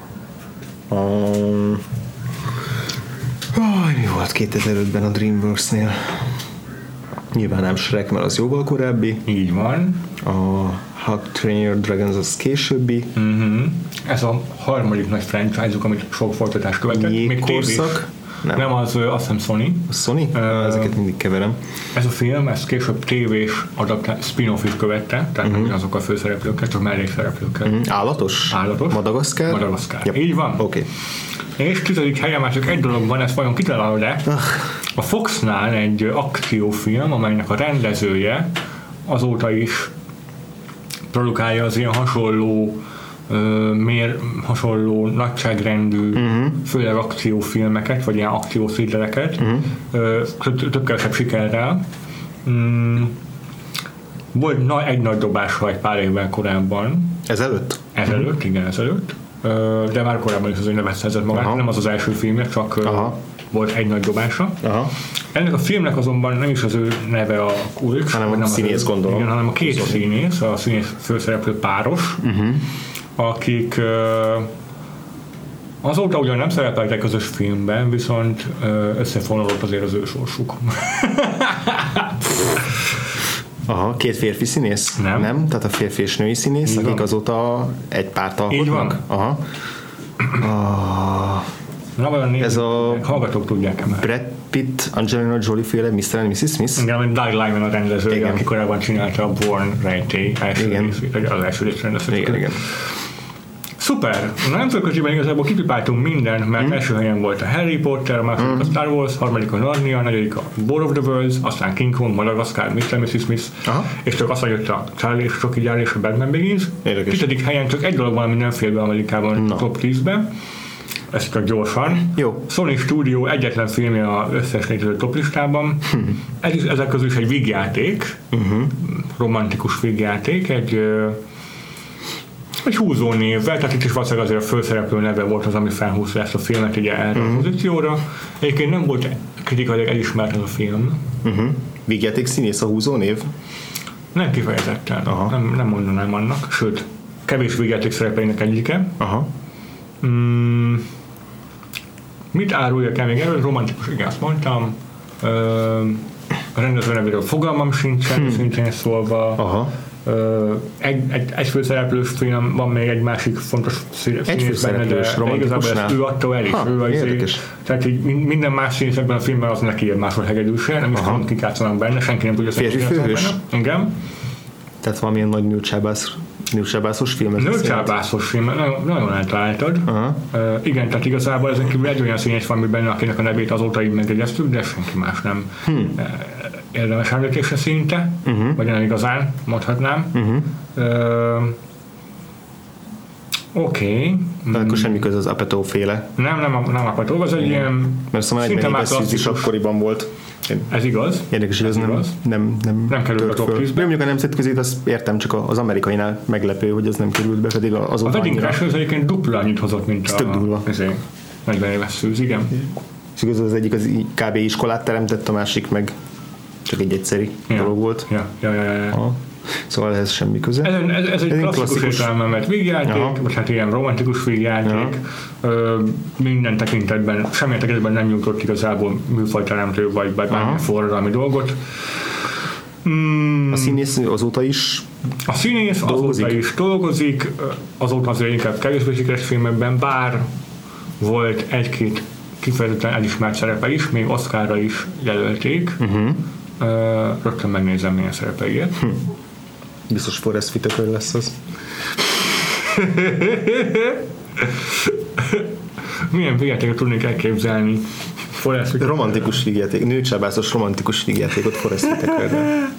Mi volt 2005-ben a DreamWorks-nél? Nyilván nem Shrek, mert az jóval korábbi. Így van. A How to Train Your Dragons az későbbi. Ez a harmadik nagy franchise-uk, amit sok folytatás követett. Jégkorszak? Nem, az azt hiszem Sony. A Sony? Ezeket mindig keverem. Ez a film, ez később tévés spin-off is követte, tehát nem azok a főszereplőkkel, csak mellékszereplőkkel. Állatos? Madagaszkár. Yep. Így van. Okay. És 10. helyen már csak egy dolog van, ezt vajon kitalálod-e? A Foxnál egy akciófilm, amelynek a rendezője azóta is produkálja az ilyen hasonló nagyságrendű, főleg akciófilmeket, vagy ilyen akciószillereket, több-kevesebb sikerrel. Volt egy nagy dobása egy pár évvel korábban. Ezelőtt? Ezelőtt. De már korábban is az nevet szerzett magát, nem az első filmje, csak volt egy nagy dobása. Ennek a filmnek azonban nem is az ő neve a kulcs, hanem a színész, gondolom. Igen, hanem a 2 színész, a színész főszereplő páros. akik azóta ugyan nem szerepeltek közös filmben, viszont összefonódott azért az ő sorsuk. Aha, két férfi színész? Nem? Tehát a férfi és női színész, igen, akik azóta egy párt alkotnak? Így van. Aha. Na, vajon ez a hallgatók tudják már. Brad Pitt, Angelina Jolie féle Mr. and Mrs. Smith? Igen, Doug Liman a rendezője, aki korábban csinálta a Born Rejtély az első részt rendezőt. Igen. Szuper! Na, nemzetköziben igazából kipipáltunk mindent, mert első helyen volt a Harry Potter, a második a Star Wars, harmadik a Narnia, negyedik a War of the Worlds, aztán King Kong, Madagascar, Mr. and Mrs. Smith, és csak aztán jött a Charlie és Choki gyár és a Batman Begins. 10. helyen csak egy dolog van, ami nem fél be Amerikában top 10-be. Ez csak gyorsan. Jó. Sony Studio egyetlen filmje az összes létező toplistában. Ezek közül is egy vígjáték, romantikus vígjáték, egy húzó névvel, tehát itt is valószínűleg azért a főszereplő neve volt az, ami felhúzta ezt a filmet ugye erre a pozícióra. Egyébként nem volt kritikailag elismert ez a film. Vígjáték színész a húzó név? Nem kifejezetten. Nem mondanám annak, sőt, kevés vígjáték szerepeinek egyike. Mit áruljak el még erről? Romantikus, igen, azt mondtam. A rendező nevéről fogalmam sincsen, szintén szólva. Egy főszereplős film, van még egy másik fontos színész benne, de igazából ezt ő adta el, és tehát így minden más színész ebben a filmben az neki másodhegedűse, nem is tudom, kik játszanak benne, senki nem tudja, férfi főhős. Igen. Tehát valamilyen nagy nőcsábászos film. Nőcsábászos film, nagyon eltaláltad. Igen, tehát igazából ezen kívül egy olyan színész van benne, akinek a nevét azóta így megjegyeztük, de senki más nem érdemes említésre szinte, vagy nem igazán, mondhatnám. Oké. Akkor semmi köz az Apatow féle. Nem Apatow, az egy ilyen... Mert szóval egyben éves akkoriban volt. Ez igaz. Érdekes, hogy ez nem került a top 10-be. Mondjuk a nemzetközi, azt értem, csak az amerikainál meglepő, hogy ez nem került be, pedig azóta a Wedding Crashers az egyébként dupla annyit hozott, mint tök durva. 40 éves szűz, igen. És igaz, az egyik az kb. Iskolát teremtett, a másik meg csak egy egyszeri dolog volt. Ja. Szóval ehhez semmi köze. Ez egy klasszikus értelemben vett vígjáték, vagy hát ilyen romantikus vígjáték. Minden tekintetben, semmilyen tekintetben nem nyújtott igazából műfajteremtő, vagy bármilyen forradalmi dolgot. A színész azóta is dolgozik, azóta azért inkább kevésbé sikeres filmekben, bár volt egy-két kifejezetten elismert szerepe is, még Oscarra is jelölték. Rögtön megnézem, milyen szerepeiért. Biztos Forrest Whitaker lesz az. Milyen vígjátékot tudnék elképzelni? Romantikus vígjáték, nőcsábászos romantikus vígjátékot Forrest Whitakerrel.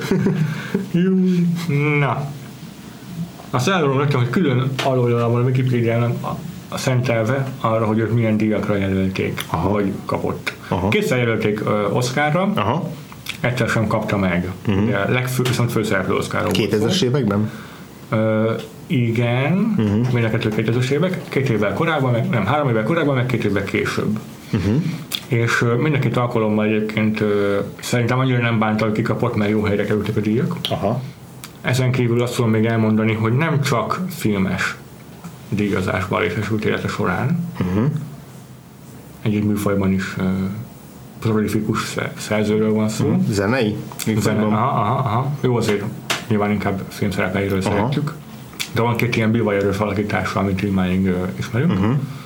Na. Azt elmondom nekem, hogy külön alulról a Wikipédiának a szentelve arra, hogy őt milyen díjakra jelölték, vagy kapott. Kétszer jelölték Oscarra, egyszer sem kapta meg. Viszont főszereplő Oscarról 2000-es években? Igen, mind a kettő 2000-es évek, 2 évvel korábban, meg 3 évvel korábban, meg 2 évvel később. És mind a két alkalommal egyébként szerintem annyira nem bánta, hogy kikapott, mert jó helyre kerültek a díjak. Ezen kívül azt tudom még elmondani, hogy nem csak filmes díjazásban részesült élete során, egy műfajban is prolifikus szerzőről van szó. Zenei? Jó, azért nyilván inkább filmszerepeiről szeretjük. De van 2 ilyen bívajerős alakítása, amit Remaning ismerünk.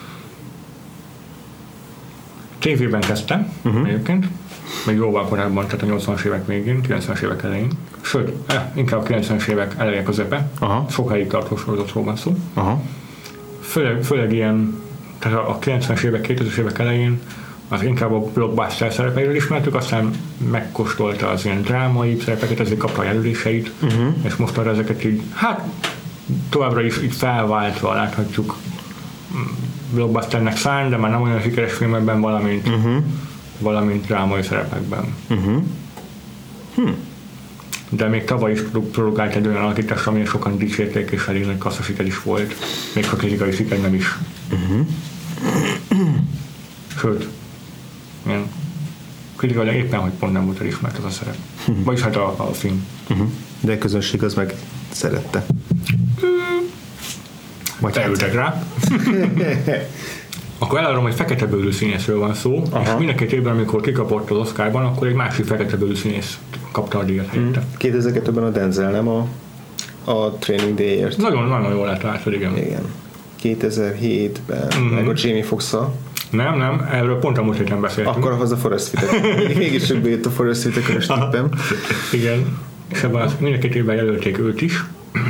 TV-ben kezdtem egyébként, még jóval korábban, tehát a 80-as évek végén, 90-es évek elején. Sőt, inkább a 90-es évek eleje közepe. Sokáig tartó sorozatról van szó. Főleg ilyen, tehát a 90-es évek, 2000-es évek elején az inkább a blockbuster szerepeiről ismertük, aztán megkóstolta az ilyen drámai szerepeket, ezért kapta a jelöléseit, és mostanra ezeket így, hát továbbra is így felváltva láthatjuk blockbusternek szán, de már nem olyan sikeres filmekben, valamint drámai szerepekben. De még tavaly is produkált egy olyan alakítást, amilyen sokan dicsérték, és elég nagy kasszasiker is volt, még ha kritikai siker nem is. Sőt, ilyen kritikailag éppen, hogy pont nem volt elismert az a szerep. Vagyis hát a film. De a közönség az meg szerette. Vagy elültek rá. Akkor elárulom, hogy fekete bőrű színészről van szó, és mind a két évben, amikor kikapott az Oscarban, akkor egy másik fekete bőrű színész kapta a díjat helyette. 2002-ben a Denzel, nem a Training Day-ért. Nagyon jól látod, igen. 2007-ben, meg a Jamie Foxx-a. Nem, erről pont a múlt héten beszéltünk. Akkor az a Forrest Whitaker. Mégis többé jött a Forrest Whitaker-es tippem. Igen, és ebben mind a két évben jelölték őt is.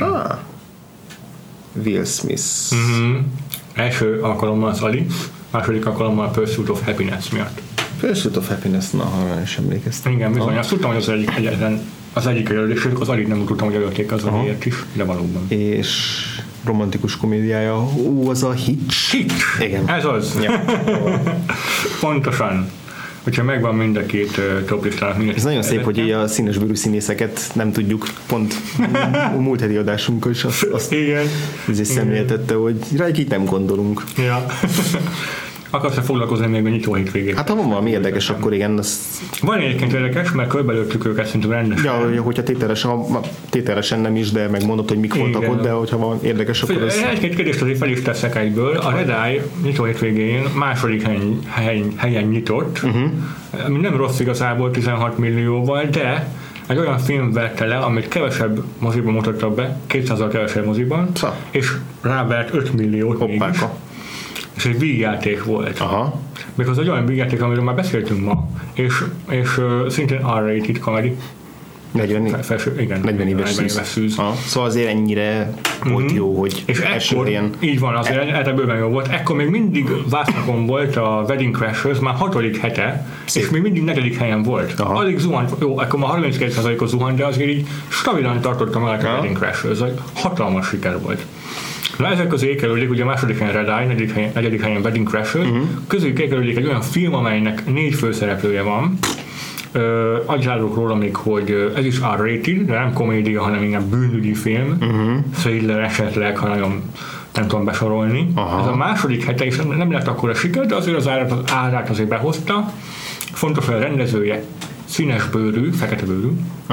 Will Smith. Első alkalommal az Ali, második alkalommal a Pursuit of Happiness miatt. Pursuit of Happiness, na, arra is emlékeztem. Igen, bizony, azt tudtam, hogy az egyik jelölésük, az Alit nem tudtam, hogy jelölték az Aliért is, de valóban. És romantikus komédiája, az a Hitch. Igen. Ez az. Ja. Pontosan. Hogyha megvan mind a két top listának. Ez nagyon szép, hogy így a színesbőrű színészeket nem tudjuk, pont a múlt heti adásunkkal is azt szemléltette, hogy rájuk így nem gondolunk. Ja. Akarsz-e foglalkozni még a nyitó hétvégét? Hát ha van valami érdekes, akkor igen. Van egyébként érdekes, mert körbeöltük őket szerintem rendesen. Ja, hogyha tételesen nem is, de megmondod, hogy mik voltak ott, de hogyha van érdekes, akkor ez... Egy-két kérdést azért fel is teszek egyből. A Red Eye nyitó hétvégén második helyen nyitott, ami nem rossz igazából 16 millióval, de egy olyan film vette le, amit kevesebb moziban mutatta be, 200-al kevesebb moziban, és rávert 5 milliót mégis. És egy vígjáték volt. Még az egy olyan vígjáték, amiről már beszéltünk ma, és szintén R-rated comedy. 40 éves szűz. Szóval azért ennyire volt jó, hogy és ekkor, így van, azért erre bőven jó volt. Ekkor még mindig vásznakon volt a Wedding Crashers, már 6. hete, és még mindig 4. helyen volt. Alig zuhant, jó, akkor már 32%-os zuhant, de azért így stabilan tartotta magát a Wedding Crashers. Hatalmas siker volt. Na, ezek közé ékelődik, ugye a második helyen Red Eye, negyedik helyen Wedding Crashers, közül ékelődik egy olyan film, amelynek 4 főszereplője van. Agyárulok róla még, hogy ez is R-rated, de nem komédia, hanem inkább bűnügyi film, thriller esetleg, ha nagyon nem tudom besorolni. Ez a második hete is nem lett akkora siker, de azért az árát azért behozta. Fontos, hogy a rendezője színesbőrű, feketebőrű.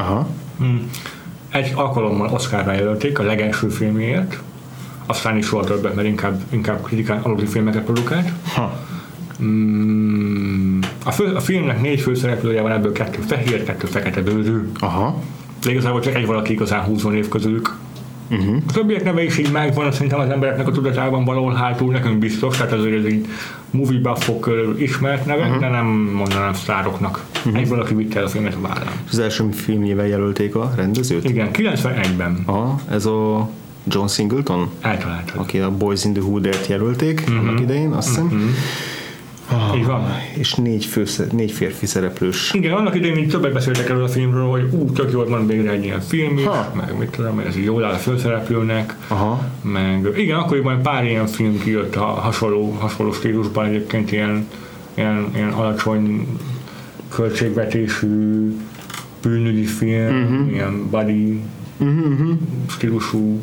Egy alkalommal Oscarra jelölték a legelső filmjéért, aztán is soha többet, mert inkább kritikán aludni filmeket produkált. A filmnek 4 főszereplője van, ebből 2 fehér, 2 fekete bőrű. De igazából csak egy valaki igazán húzó név közülük. A többiek neve is így megvan, szerintem az embereknek a tudatában valahol hátul, nekünk biztos, tehát azért ez így movie buffok ismert nevek, de nem mondanám sztároknak. Egy valaki vitte el a filmet a vállán. Az első filmjével jelölték a rendezőt? Igen, 91-ben. Ez a John Singleton? Eltaláltad. Aki a Boys in the Hood-ért jelölték annak idején, azt hiszem. Így van. És 4 férfi szereplős. Igen, annak idején így többet beszéltek erről a filmről, hogy tök jól van végre egy ilyen film is, meg mit tudom, ez jól áll a főszereplőnek, meg igen, akkoriban pár ilyen film kijött a hasonló stílusban, egyébként ilyen alacsony költségvetésű bűnügyi film, ilyen buddy stílusú.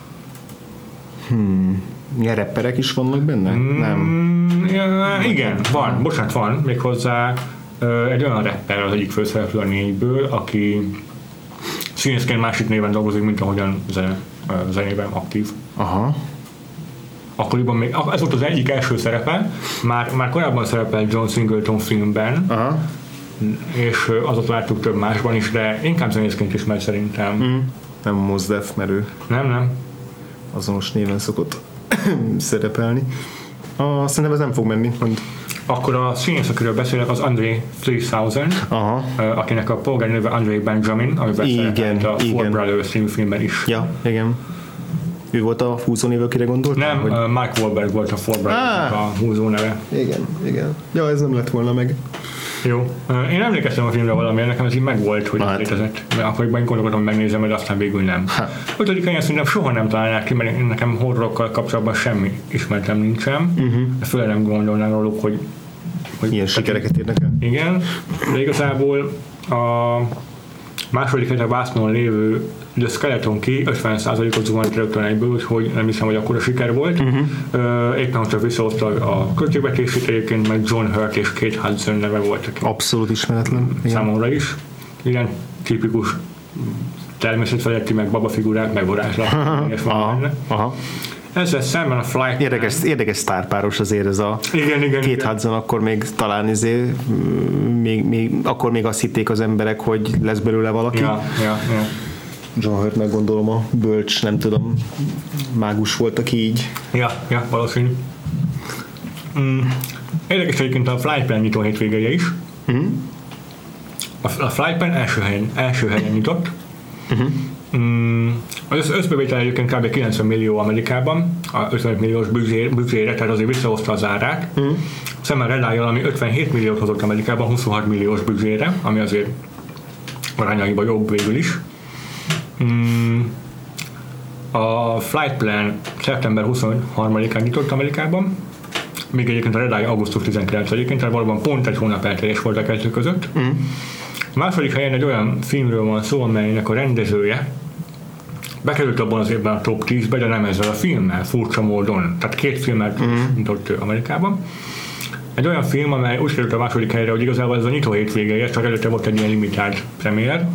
Ilyen rapperek is vannak benne? Nem. Igen, van méghozzá egy olyan rapper az egyik főszereplő a 4-ből, aki színészként másik néven dolgozik, mint ahogyan zenében aktív. Akkoriban még, ez volt az egyik első szerepe, már korábban szerepelt John Singleton filmben, és azot láttuk több másban is, de inkább zenészként ismert szerintem. Nem Mos Def, mert ő nem. Azonos néven szokott szerepelni. Szerintem ez nem fog menni. Akkor a színész, akiről beszélek, az Andre 3000, akinek a polgári neve Andre Benjamin, amiben szerepelt a Four Brothers című filmben is. Ja, igen. Ő volt a húzó neve, akire gondoltál? Nem, Mike Wahlberg volt a Four Brothers a húzó neve. Igen. Ja, ez nem lett volna meg. Jó. Én emlékeztem a filmre valamiért, nekem ez így megvolt, hogy létezett. Mert akkoriban én gondolkodom, megnézem, de aztán végül nem. 5. helyen szerintem soha nem találnák ki, mert nekem horrorokkal kapcsolatban semmi ismertem nincsen. Főleg nem gondolnám róluk, hogy ilyen sikereket érnek el. Igen, de igazából a második hete vásznon lévő The Skeleton Key 50%-ot zuhant rögtön egyből, úgyhogy nem hiszem, hogy akkora siker volt. Éppen csak visszahozta a költségvetését, egyébként meg John Hurt és Kate Hudson neve voltak. Abszolút ismeretlen. Számomra is. Igen, tipikus természetfeletti, meg babafigurák, meg varázslat. Ezzel szemben a Flight Érdekes sztárpáros azért ez a igen, Kate Hudson, akkor még talán akkor még azt hitték az emberek, hogy lesz belőle valaki. Ja. John Hurt, meg gondolom a bölcs, nem tudom, mágus volt, aki így. Ja, valószínű. Érdekes egyébként a Flight Plan nyitó hétvégéje is. A Flight Plan első helyen nyitott. Az összbevétel egyébként kb. 90 millió Amerikában, a 55 milliós büdzsére, tehát azért visszahozta az árát. Szemben Red Eye-jal, ami 57 milliót hozott Amerikában, 26 milliós büdzsére, ami azért arányaiban jobb végül is. A Flight Plan szeptember 23-án nyitott Amerikában, még egyébként a Red Eye augusztus 19-én, tehát valóban pont egy hónap elteljes volt a kettő között. A második helyen egy olyan filmről van szó, amelynek a rendezője bekerült abban az évben a top 10-be, de nem ezzel a filmmel, furcsa módon. Tehát 2 filmet nyitott Amerikában. Egy olyan film, amely úgy került a második helyre, hogy igazából ez a nyitó hétvégéje, csak előtte volt egy ilyen limitált premier.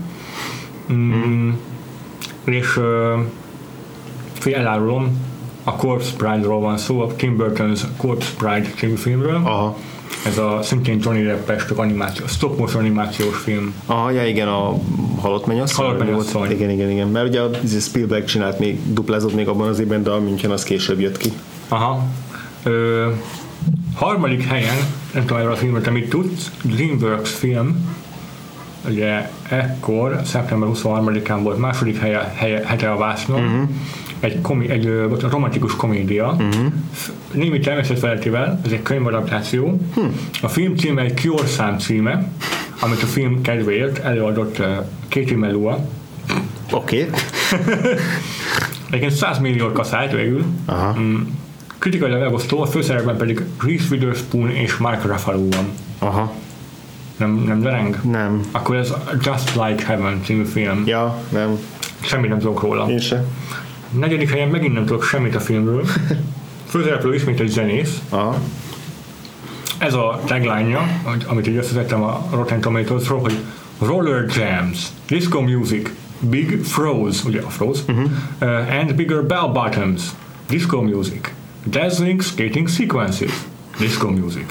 És elárulom, a Corpse Bride-ról van szó, a Tim Burton's Corpse Bride című filmről. Aha. Ez a szintén Johnny Depp-es stop motion animációs film. Ja, igen, a Halott mennyasszony. Igen. Mert ugye a Spielberg csinált még, duplázott még abban az évben, de a München az később jött ki. Aha. Harmadik helyen, nem tudom erről a filmet, amit tudsz, DreamWorks film, ugye ekkor, szeptember 23-án volt második hete a vásznon, egy romantikus komédia, némi természetfeletivel, ez egy könyvadaptáció. A film címe egy Cure szám címe, amit a film kedvéért előadott Katie Melua. Oké. Egyébként 100 millió kaszált végül. Kritikailag megosztó, a főszerepben pedig Reese Witherspoon és Mark Ruffalo van. Aha. Nem dereng? Nem. Akkor ez Just Like Heaven című film. Ja, nem. Semmit nem tudok róla. Én se. Negyedik helyen megint nem tudok semmit a filmről. Főszereplő ismét egy zenész. Aha. Ez a tagline-ja, amit így összetettem a Rotten Tomatoes-ról, hogy Roller Jams, Disco Music, Big Froze, ugye a Froze, and Bigger Bell Bottoms, Disco Music, Dazzling Skating Sequences, Disco Music.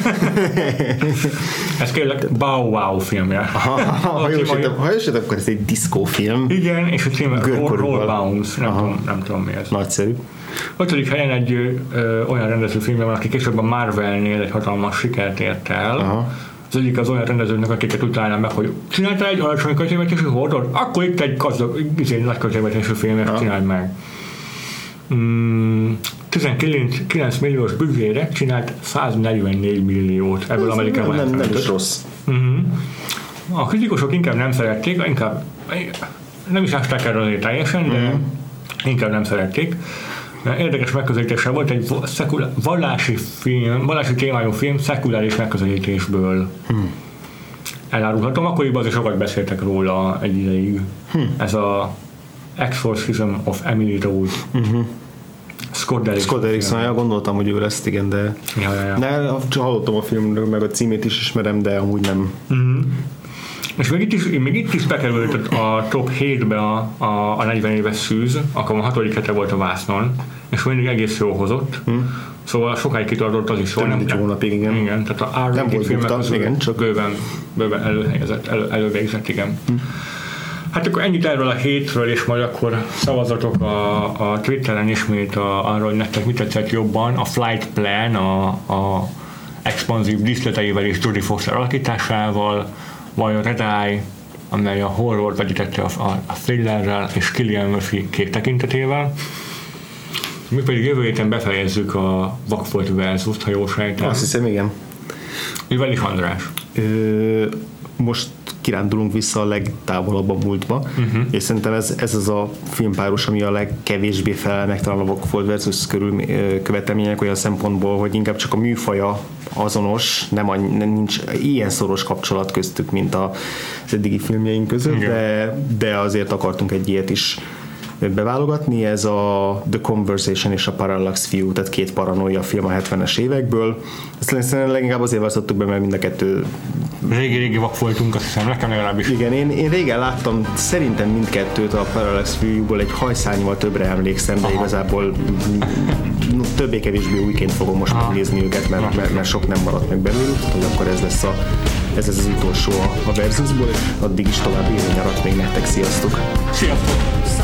Ez kérlek Bow Wow filmje. Ha jól sejtem, akkor ez egy diszkófilm. Igen, és a címe Roll Bounce, nem tudom mi ez. Nagyszerű. 5. helyen egy olyan rendezőfilmje van, aki később a Marvelnél egy hatalmas sikert ért el. Aha. Az egyik az olyan rendezőnek, akiket utálnám meg, hogy csináltál egy alacsony költségvetésű hordot, akkor itt egy nagy költségvetésű filmet csinálj meg. 19 milliós büdzsére csinált 144 milliót. Ebből Amerikában nem is rossz. A kritikusok inkább nem szerették, inkább nem is ásták el azért teljesen, de inkább nem szerették. Érdekes megközelítése volt egy vallási témájú film szekuláris megközelítésből. Elárulhatom, akkoriban azért sokat beszéltek róla egy ideig. Ez a Exorcism of Emily Rose. Scott Derrickson, gondoltam, hogy ő lesz, igen, de csak hallottam a filmről, meg a címét is ismerem, de amúgy nem. És még itt is bekerült a top 7-be a 40 éves szűz, akkor a 6. hete volt a vásznon, és mindig egész jól hozott. Szóval sokáig kitartott az is jól. Nem egy hónapig, igen. Igen, tehát a R-rated filmek közül csak bőven elővégzett, igen. Hát akkor ennyit erről a hétről, és majd akkor szavazatok a Twitteren ismét arról, hogy nektek mit tetszett jobban, a Flight Plan, a expanzív díszleteivel és Jodie Foster alakításával, vagy a Red Eye, amely a horror vegyítette a thrillerrel és Cillian Murphy kék tekintetével. Mi pedig jövő héten befejezzük a Vakfolt Versus-t, ha jól sejtem. Azt hiszem, igen. Mivel is, András? Most kirándulunk vissza a legtávolabb a múltba, és szerintem ez az a filmpáros, ami a legkevésbé felel meg talán a Vakfolt Versus körül követelmények olyan szempontból, hogy inkább csak a műfaja azonos, nincs ilyen szoros kapcsolat köztük, mint az eddigi filmjeink között, de azért akartunk egy ilyet is beválogatni. Ez a The Conversation és a Parallax View, tehát 2 paranoia film a 70-es évekből. Ezt leginkább azért választottuk be, mert mind a kettő Régi vak voltunk, azt hiszem, nekem legalábbis. Igen, én régen láttam szerintem mindkettőt a Parallax View-ból, egy hajszányval többre emlékszem, de igazából többé-kevésbé újként fogom most megnézni őket, mert sok nem maradt meg belőlük, hogy akkor ez az utolsó a Versusból, addig is további jó nyarat még nektek, sziasztok! Sziasztok!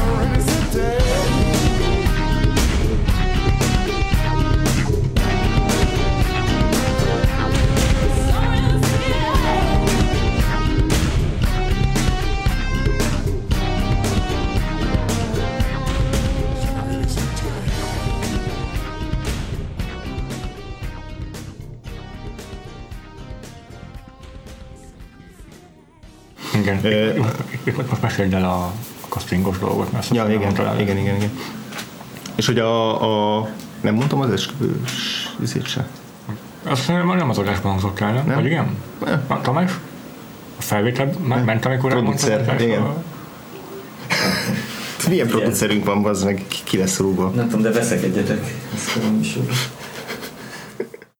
Igen. Most meséld el a castingos dolgot. Mert ja, igen. És hogy nem mondtam az esküvős izét se. Azt nem az adásban hangzott el, nem? Vagy igen? Tamás? A felvétel már ment, amikor producer, igen. Milyen producerünk van, az meg ki lesz rúgva? Nem tudom, de veszekedjetek. Ezt nem is jó.